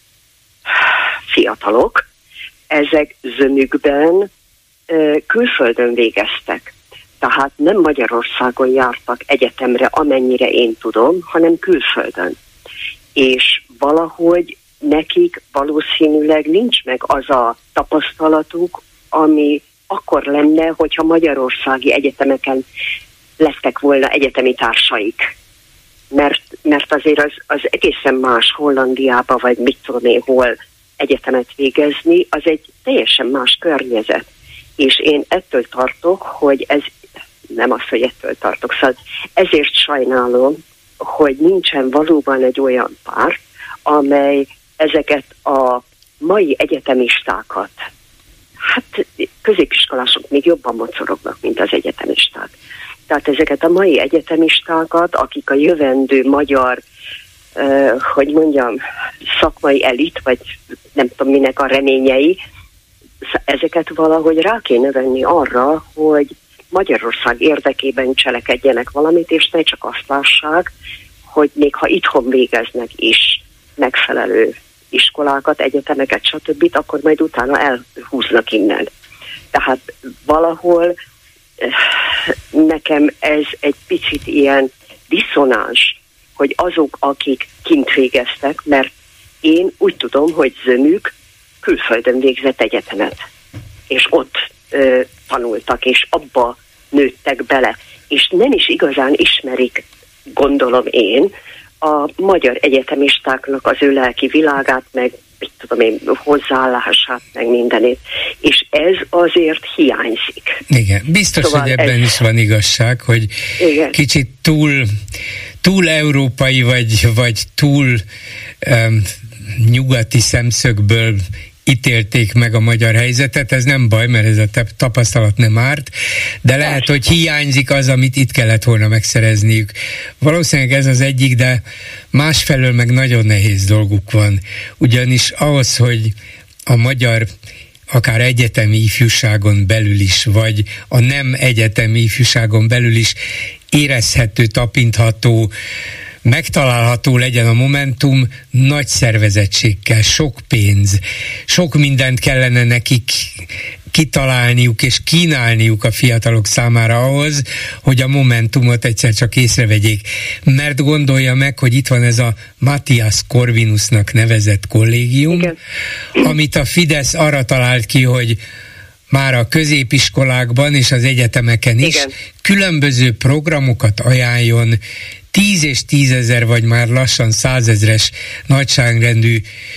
Speaker 11: fiatalok, ezek zömükben ö, külföldön végeztek. Tehát nem Magyarországon jártak egyetemre, amennyire én tudom, hanem külföldön. És valahogy nekik valószínűleg nincs meg az a tapasztalatuk, ami akkor lenne, hogyha magyarországi egyetemeken lettek volna egyetemi társaik. Mert, mert azért az, az egészen más Hollandiába, vagy mit tudom én hol egyetemet végezni, az egy teljesen más környezet. És én ettől tartok, hogy ez nem az, hogy ettől tartok. Szóval ezért sajnálom, hogy nincsen valóban egy olyan párt, amely ezeket a mai egyetemistákat, hát középiskolások még jobban mocorognak, mint az egyetemisták. Tehát ezeket a mai egyetemistákat, akik a jövendő magyar, uh, hogy mondjam, szakmai elit, vagy nem tudom minek a reményei, ezeket valahogy rá kéne venni arra, hogy Magyarország érdekében cselekedjenek valamit, és ne csak azt lássák, hogy még ha itthon végeznek is megfelelő iskolákat, egyetemeket, stb., akkor majd utána elhúznak innen. Tehát valahol nekem ez egy picit ilyen diszonáns, hogy azok, akik kint végeztek, mert én úgy tudom, hogy zömük külföldön végzett egyetemet, és ott ö, tanultak, és abba nőttek bele, és nem is igazán ismerik, gondolom én, a magyar egyetemistáknak az ő lelki világát, meg mit tudom én, hozzáállását, meg mindenét. És ez azért hiányzik.
Speaker 3: Igen, biztos, szóval hogy ebben ez... is van igazság, hogy igen, kicsit túl, túl európai, vagy, vagy túl um, nyugati szemszögből ítélték meg a magyar helyzetet, ez nem baj, mert ez a tapasztalat nem árt, de lehet, hogy hiányzik az, amit itt kellett volna megszerezniük. Valószínűleg ez az egyik, de másfelől meg nagyon nehéz dolguk van, ugyanis ahhoz, hogy a magyar akár egyetemi ifjúságon belül is, vagy a nem egyetemi ifjúságon belül is érezhető, tapintható, megtalálható legyen a Momentum, nagy szervezettség kell, sok pénz, sok mindent kellene nekik kitalálniuk és kínálniuk a fiatalok számára ahhoz, hogy a Momentumot egyszer csak észrevegyék. Mert gondolja meg, hogy itt van ez a Matthias Corvinusnak nevezett kollégium, igen, amit a Fidesz arra talált ki, hogy már a középiskolákban és az egyetemeken is igen, különböző programokat ajánljon, tíz és tízezer, vagy már lassan százezres nagyságrendű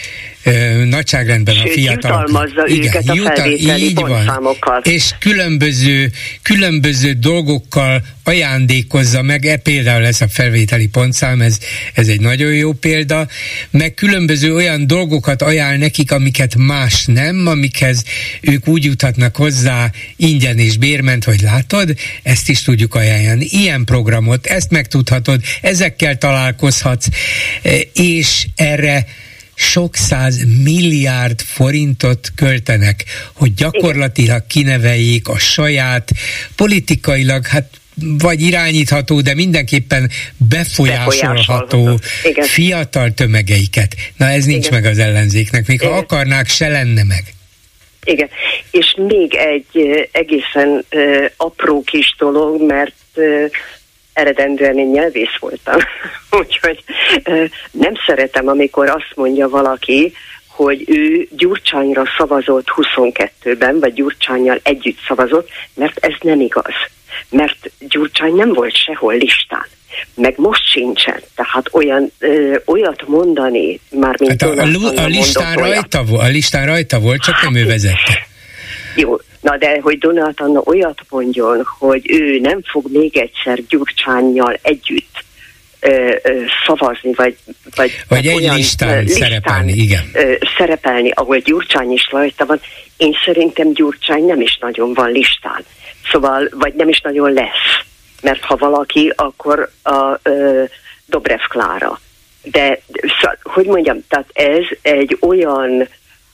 Speaker 3: nagyságrendben a fiatalok.
Speaker 11: Jutalmazza igen, őket a jutal, felvételi pontszámokkal.
Speaker 3: És különböző, különböző dolgokkal ajándékozza meg, e például ez a felvételi pontszám, ez, ez egy nagyon jó példa, meg különböző olyan dolgokat ajánl nekik, amiket más nem, amikhez ők úgy juthatnak hozzá ingyen és bérment, hogy látod, ezt is tudjuk ajánlani. Ilyen programot, ezt megtudhatod, ezekkel találkozhatsz, és erre sok száz milliárd forintot költenek, hogy gyakorlatilag kineveljék a saját, politikailag, hát vagy irányítható, de mindenképpen befolyásolható fiatal tömegeiket. Na ez nincs Igen. meg az ellenzéknek, még Igen. ha akarnák, se lenne meg.
Speaker 11: Igen, és még egy egészen uh, apró kis dolog, mert uh, eredendően én nyelvész voltam, úgyhogy uh, nem szeretem, amikor azt mondja valaki, hogy ő Gyurcsányra szavazott huszonkettőben, vagy Gyurcsánnyal együtt szavazott, mert ez nem igaz. Mert Gyurcsány nem volt sehol listán, meg most sincsen, tehát olyan, ö, olyat mondani, már mint
Speaker 3: hát a, a, a, listán rajta, a listán rajta volt, csak nem ő vezette.
Speaker 11: Jó, na de hogy Donát Anna olyat mondjon, hogy ő nem fog még egyszer Gyurcsánnyal együtt ö, ö, szavazni, vagy, vagy,
Speaker 3: vagy egy olyan listán, listán szerepelni, igen.
Speaker 11: Ö, szerepelni, ahol Gyurcsány is rajta van, én szerintem Gyurcsány nem is nagyon van listán. Szóval, vagy nem is nagyon lesz. Mert ha valaki, akkor a ö, Dobrev Klára. De, szó, hogy mondjam, tehát ez egy olyan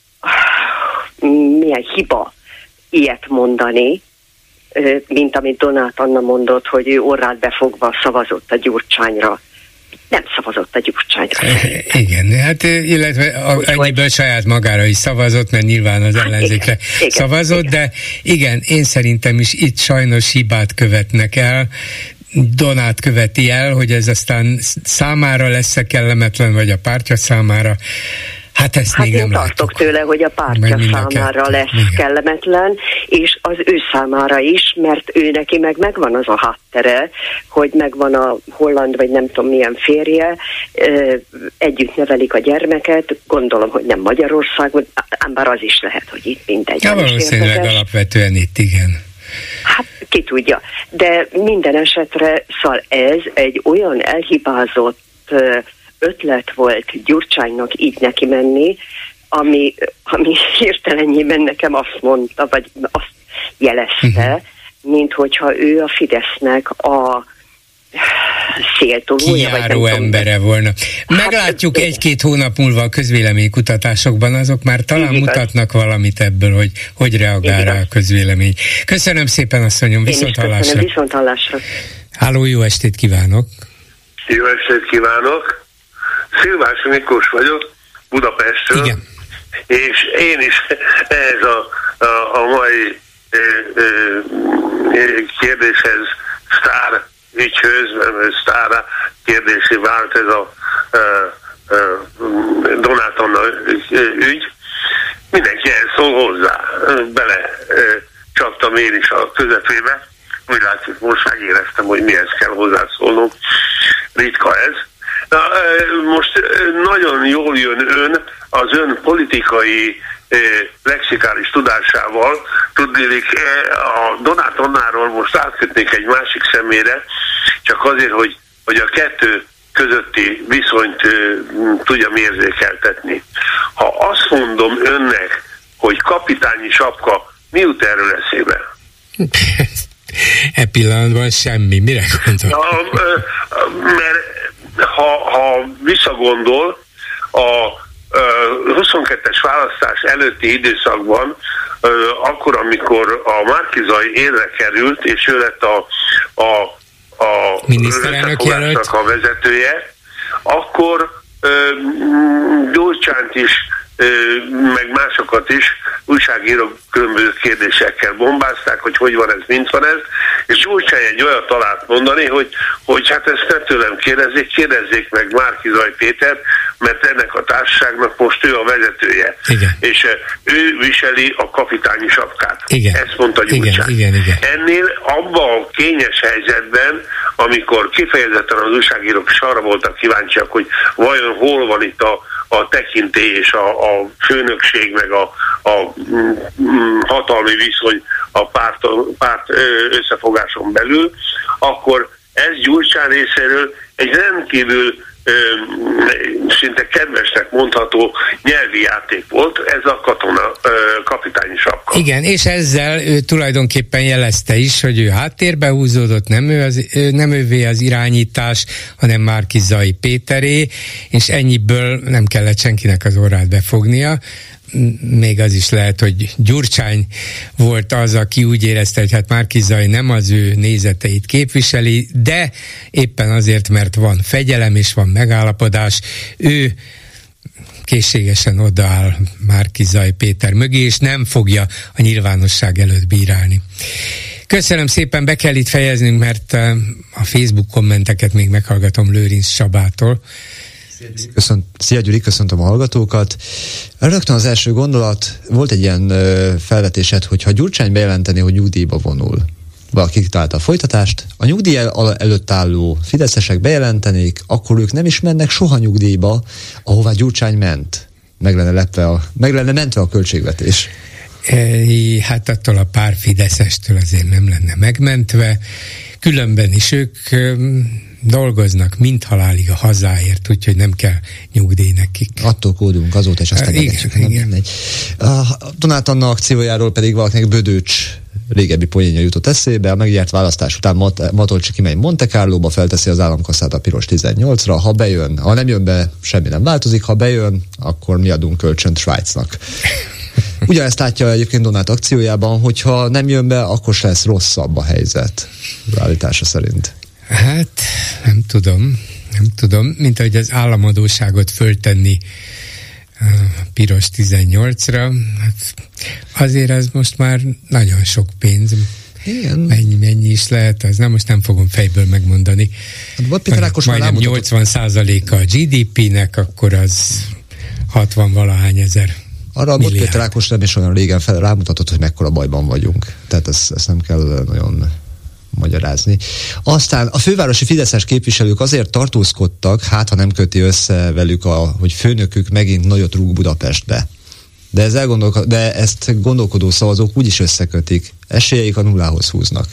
Speaker 11: milyen hiba ilyet mondani, ö, mint amit Donát Anna mondott, hogy ő orrát befogva szavazott a Gyurcsányra. Nem szavazott a Gyurcsányra.
Speaker 3: Igen, hát illetve a, ennyiből saját magára is szavazott, mert nyilván az ellenzékre igen, szavazott, igen. de igen, én szerintem is itt sajnos hibát követnek el, Donát követi el, hogy ez aztán számára lesz-e kellemetlen, vagy a pártja számára. Hát ezt hát még nem látok.
Speaker 11: tartok tőle, hogy a pártja számára lesz igen. kellemetlen, és az ő számára is, mert ő neki meg megvan az a háttere, hogy megvan a holland, vagy nem tudom milyen férje, együtt nevelik a gyermeket, gondolom, hogy nem Magyarországon, ám bár az is lehet, hogy itt mindegy.
Speaker 3: Ja, valószínűleg alapvetően itt, igen.
Speaker 11: Hát ki tudja, de minden esetre szóval ez egy olyan elhibázott ötlet volt Gyurcsánynak így neki menni, ami, ami hirtelenjében nekem azt mondta, vagy azt jelezte, uh-huh. mint hogyha ő a Fidesznek a széltolója,
Speaker 3: kijáró vagy embere tudom. volna. Meglátjuk hát, egy-két hónap múlva a közvéleménykutatásokban, azok már talán mutatnak valamit ebből, hogy hogy reagál rá a közvélemény. Köszönöm szépen, asszonyom, viszont hallásra.
Speaker 11: Viszont hallásra.
Speaker 3: Háló, jó estét kívánok!
Speaker 12: Jó estét kívánok! Szilvási Miklós vagyok, Budapestről, Igen. és én is ez a, a, a mai e, e, kérdéshez, sztár ügyhöz, sztár kérdésé vált ez a e, e, Donát Anna ügy. Mindenki elszól hozzá, bele e, csaptam én is a közepébe, úgy látszik, most megéreztem, hogy mihez kell hozzászólnom, ritka ez. Na, most nagyon jól jön ön az ön politikai eh, lexikális tudásával. Tudnélik, a Donát Annáról most átkötnék egy másik személyre, csak azért, hogy, hogy a kettő közötti viszonyt eh, tudjam érzékeltetni. Ha azt mondom önnek, hogy kapitányi sapka, mi jut erről eszébe?
Speaker 3: E pillanatban semmi. Mire gondol?
Speaker 12: Na, mert Ha, ha visszagondol, a uh, huszonkettes választás előtti időszakban, uh, akkor, amikor a Márki-Zay érre került, és ő lett a, a, a
Speaker 3: miniszterelnök jelölt
Speaker 12: a vezetője, akkor uh, Gyurcsányt is, uh, meg másokat is újságírók különböző kérdésekkel bombázták, hogy hogy van ez, mint van ez, és Gyurcsány egy olyat talált mondani, hogy, hogy hát ezt ne tőlem kérdezzék, kérdezzék meg Márki-Zay Pétert, mert ennek a társaságnak most ő a vezetője.
Speaker 3: Igen.
Speaker 12: És ő viseli a kapitányi sapkát.
Speaker 3: Igen.
Speaker 12: Ezt mondta Gyurcsány.
Speaker 3: Igen, igen, igen.
Speaker 12: Ennél abban a kényes helyzetben, amikor kifejezetten az újságírók is arra voltak kíváncsiak, hogy vajon hol van itt a, a tekintély és a, a főnökség, meg a, a mm, hatalmi viszony a párt, párt összefogáson belül, akkor ez Gyurcsány részéről egy rendkívül ö, szinte kedvesnek mondható nyelvi játék volt, ez a katona ö, kapitányi sapka.
Speaker 3: Igen, és ezzel ő tulajdonképpen jelezte is, hogy ő háttérbe húzódott, nem, ő az, nem ővé az irányítás, hanem Márki-Zay Péteré, és ennyiből nem kellett senkinek az orrát befognia. Még az is lehet, hogy Gyurcsány volt az, aki úgy érezte, hogy hát Márki-Zay nem az ő nézeteit képviseli, de éppen azért, mert van fegyelem és van megállapodás, ő készségesen odaáll Márki-Zay Péter mögé, és nem fogja a nyilvánosság előtt bírálni. Köszönöm szépen, be kell itt fejeznünk, mert a Facebook kommenteket még meghallgatom Lőrinc Csabától.
Speaker 13: Köszönt, szia Gyuri, köszöntöm a hallgatókat. Rögtön az első gondolat, volt egy ilyen ö, felvetésed, hogy ha Gyurcsány bejelenteni, hogy nyugdíjba vonul, valaki kitalálta a folytatást, a nyugdíj el, előtt álló fideszesek bejelentenék, akkor ők nem is mennek soha nyugdíjba, ahová Gyurcsány ment. Meg lenne, lepve a, meg lenne mentve a költségvetés.
Speaker 3: E, hát attól a pár fideszestől azért nem lenne megmentve. Különben is ők dolgoznak mind halálig a hazáért, úgyhogy nem kell nyugdíj nekik.
Speaker 13: Attól kódulunk azóta, és aztán megetjük. A Donát Anna akciójáról pedig valakinek Bödöcs régebbi poénja jutott eszébe. A megjárt választás után Mat- Matolcsi kimegy Monte Carlóba, felteszi az államkasszát a piros tizennyolcra. Ha bejön, ha nem jön be, semmi nem változik. Ha bejön, akkor mi adunk kölcsönt Svájcnak. Ugyanezt látja egyébként Donát akciójában, hogyha nem jön be, akkor se lesz rosszabb a helyzet, állítása szerint.
Speaker 3: Hát, nem tudom, nem tudom, mint ahogy az államadósságot föltenni a piros tizennyolcra, hát azért az most már nagyon sok pénz.
Speaker 13: Igen.
Speaker 3: Mennyi, mennyi is lehet, az nem, most nem fogom fejből megmondani.
Speaker 13: Hát, Péter Ákos
Speaker 3: majdnem nyolcvan százaléka a gé dé pé-nek, akkor az hatvan valahány ezer.
Speaker 13: Arra a Péter Ákos nem is olyan régen fel, rámutatott, hogy mekkora bajban vagyunk. Tehát ezt, ezt nem kell nagyon magyarázni. Aztán a fővárosi fideszes képviselők azért tartózkodtak, hát ha nem köti össze velük, a, hogy főnökük megint nagyot rúg Budapestbe. De, ez elgondolko- de ezt gondolkodó szavazók úgyis összekötik. Esélyeik a nullához húznak.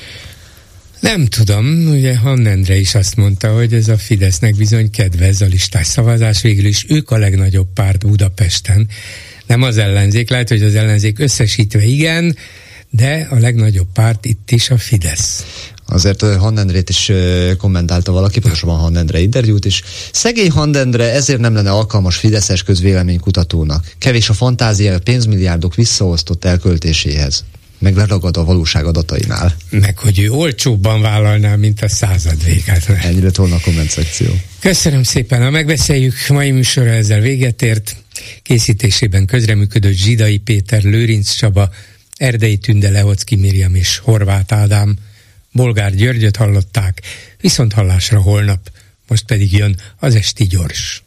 Speaker 3: Nem tudom, ugye Hann Endre is azt mondta, hogy ez a Fidesznek bizony kedvez a listás szavazás, végül is ők a legnagyobb párt Budapesten. Nem az ellenzék, lehet, hogy az ellenzék összesítve igen, de a legnagyobb párt itt is a Fidesz.
Speaker 13: Azért Hann Endrét is kommentálta valaki, pontosabban Hann Endre interjút is. Szegény Hann Endre ezért nem lenne alkalmas fideszes közvéleménykutatónak. Kevés a fantázia a pénzmilliárdok visszaosztott elköltéséhez. Meg leragad a valóság adatainál.
Speaker 3: Meg hogy ő olcsóbban vállalná, mint a század végát.
Speaker 13: Ennyire tolna a komment szekció.
Speaker 3: Köszönöm szépen, ha megbeszéljük, mai műsorra ezzel véget ért. Készítésében közreműködött Zsidai Péter, Lőrinc Csaba, Erdei Tünde, Lehocki Miriam és Horváth Ádám. Bolgár Györgyöt hallották, viszont hallásra holnap. Most pedig jön az Esti Gyors.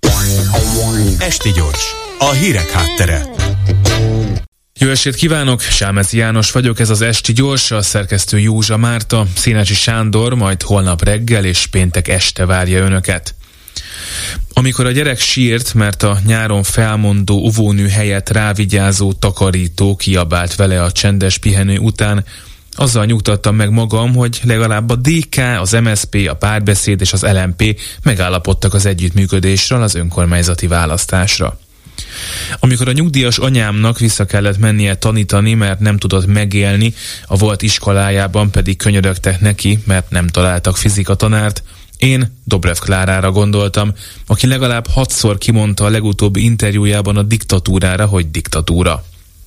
Speaker 14: Esti Gyors, a hírek háttere.
Speaker 15: Jó estét kívánok, Sámezi János vagyok, ez az Esti Gyors, a szerkesztő Józsa Márta, Szénási Sándor majd holnap reggel és péntek este várja önöket. Amikor a gyerek sírt, mert a nyáron felmondó óvónő helyett rávigyázó takarító kiabált vele a csendes pihenő után, azzal nyugtattam meg magam, hogy legalább a dé ká, az em es zé pé, a Párbeszéd és az el em pé megállapodtak az együttműködésről az önkormányzati választásra. Amikor a nyugdíjas anyámnak vissza kellett mennie tanítani, mert nem tudott megélni, a volt iskolájában pedig könyörögtek neki, mert nem találtak fizikatanárt, én Dobrev Klárára gondoltam, aki legalább hatszor kimondta a legutóbbi interjújában a diktatúrára, hogy diktatúra.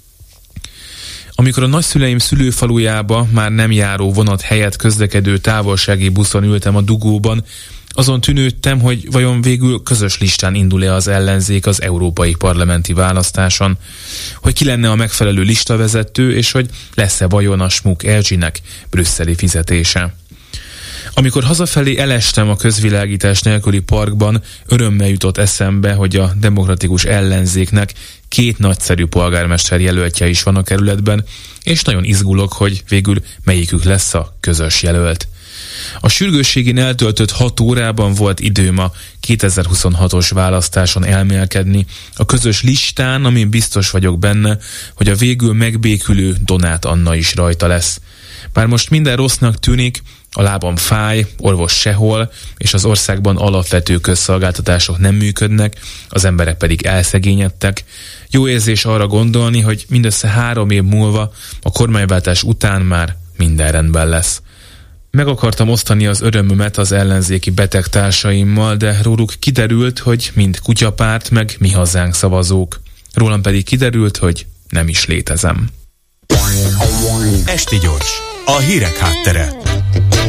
Speaker 15: Amikor a nagyszüleim szülőfalujába már nem járó vonat helyett közlekedő távolsági buszon ültem a dugóban, azon tűnődtem, hogy vajon végül közös listán indul-e az ellenzék az európai parlamenti választáson, hogy ki lenne a megfelelő listavezető, és hogy lesz-e vajon a Smuk Erzsinek brüsszeli fizetése. Amikor hazafelé elestem a közvilágítás nélküli parkban, örömmel jutott eszembe, hogy a demokratikus ellenzéknek két nagyszerű polgármester jelöltje is van a kerületben, és nagyon izgulok, hogy végül melyikük lesz a közös jelölt. A sürgősségén eltöltött hat órában volt időm a kétezer-huszonhatos választáson elmélkedni, a közös listán, amin biztos vagyok benne, hogy a végül megbékülő Donát Anna is rajta lesz. Bár most minden rossznak tűnik, a lábam fáj, orvos sehol, és az országban alapvető közszolgáltatások nem működnek, az emberek pedig elszegényedtek. Jó érzés arra gondolni, hogy mindössze három év múlva, a kormányváltás után már minden rendben lesz. Meg akartam osztani az örömömet az ellenzéki betegtársaimmal, de róluk kiderült, hogy mind kutyapárt, meg Mi Hazánk szavazók. Rólam pedig kiderült, hogy nem is létezem.
Speaker 14: Esti gyors, a hírek háttere.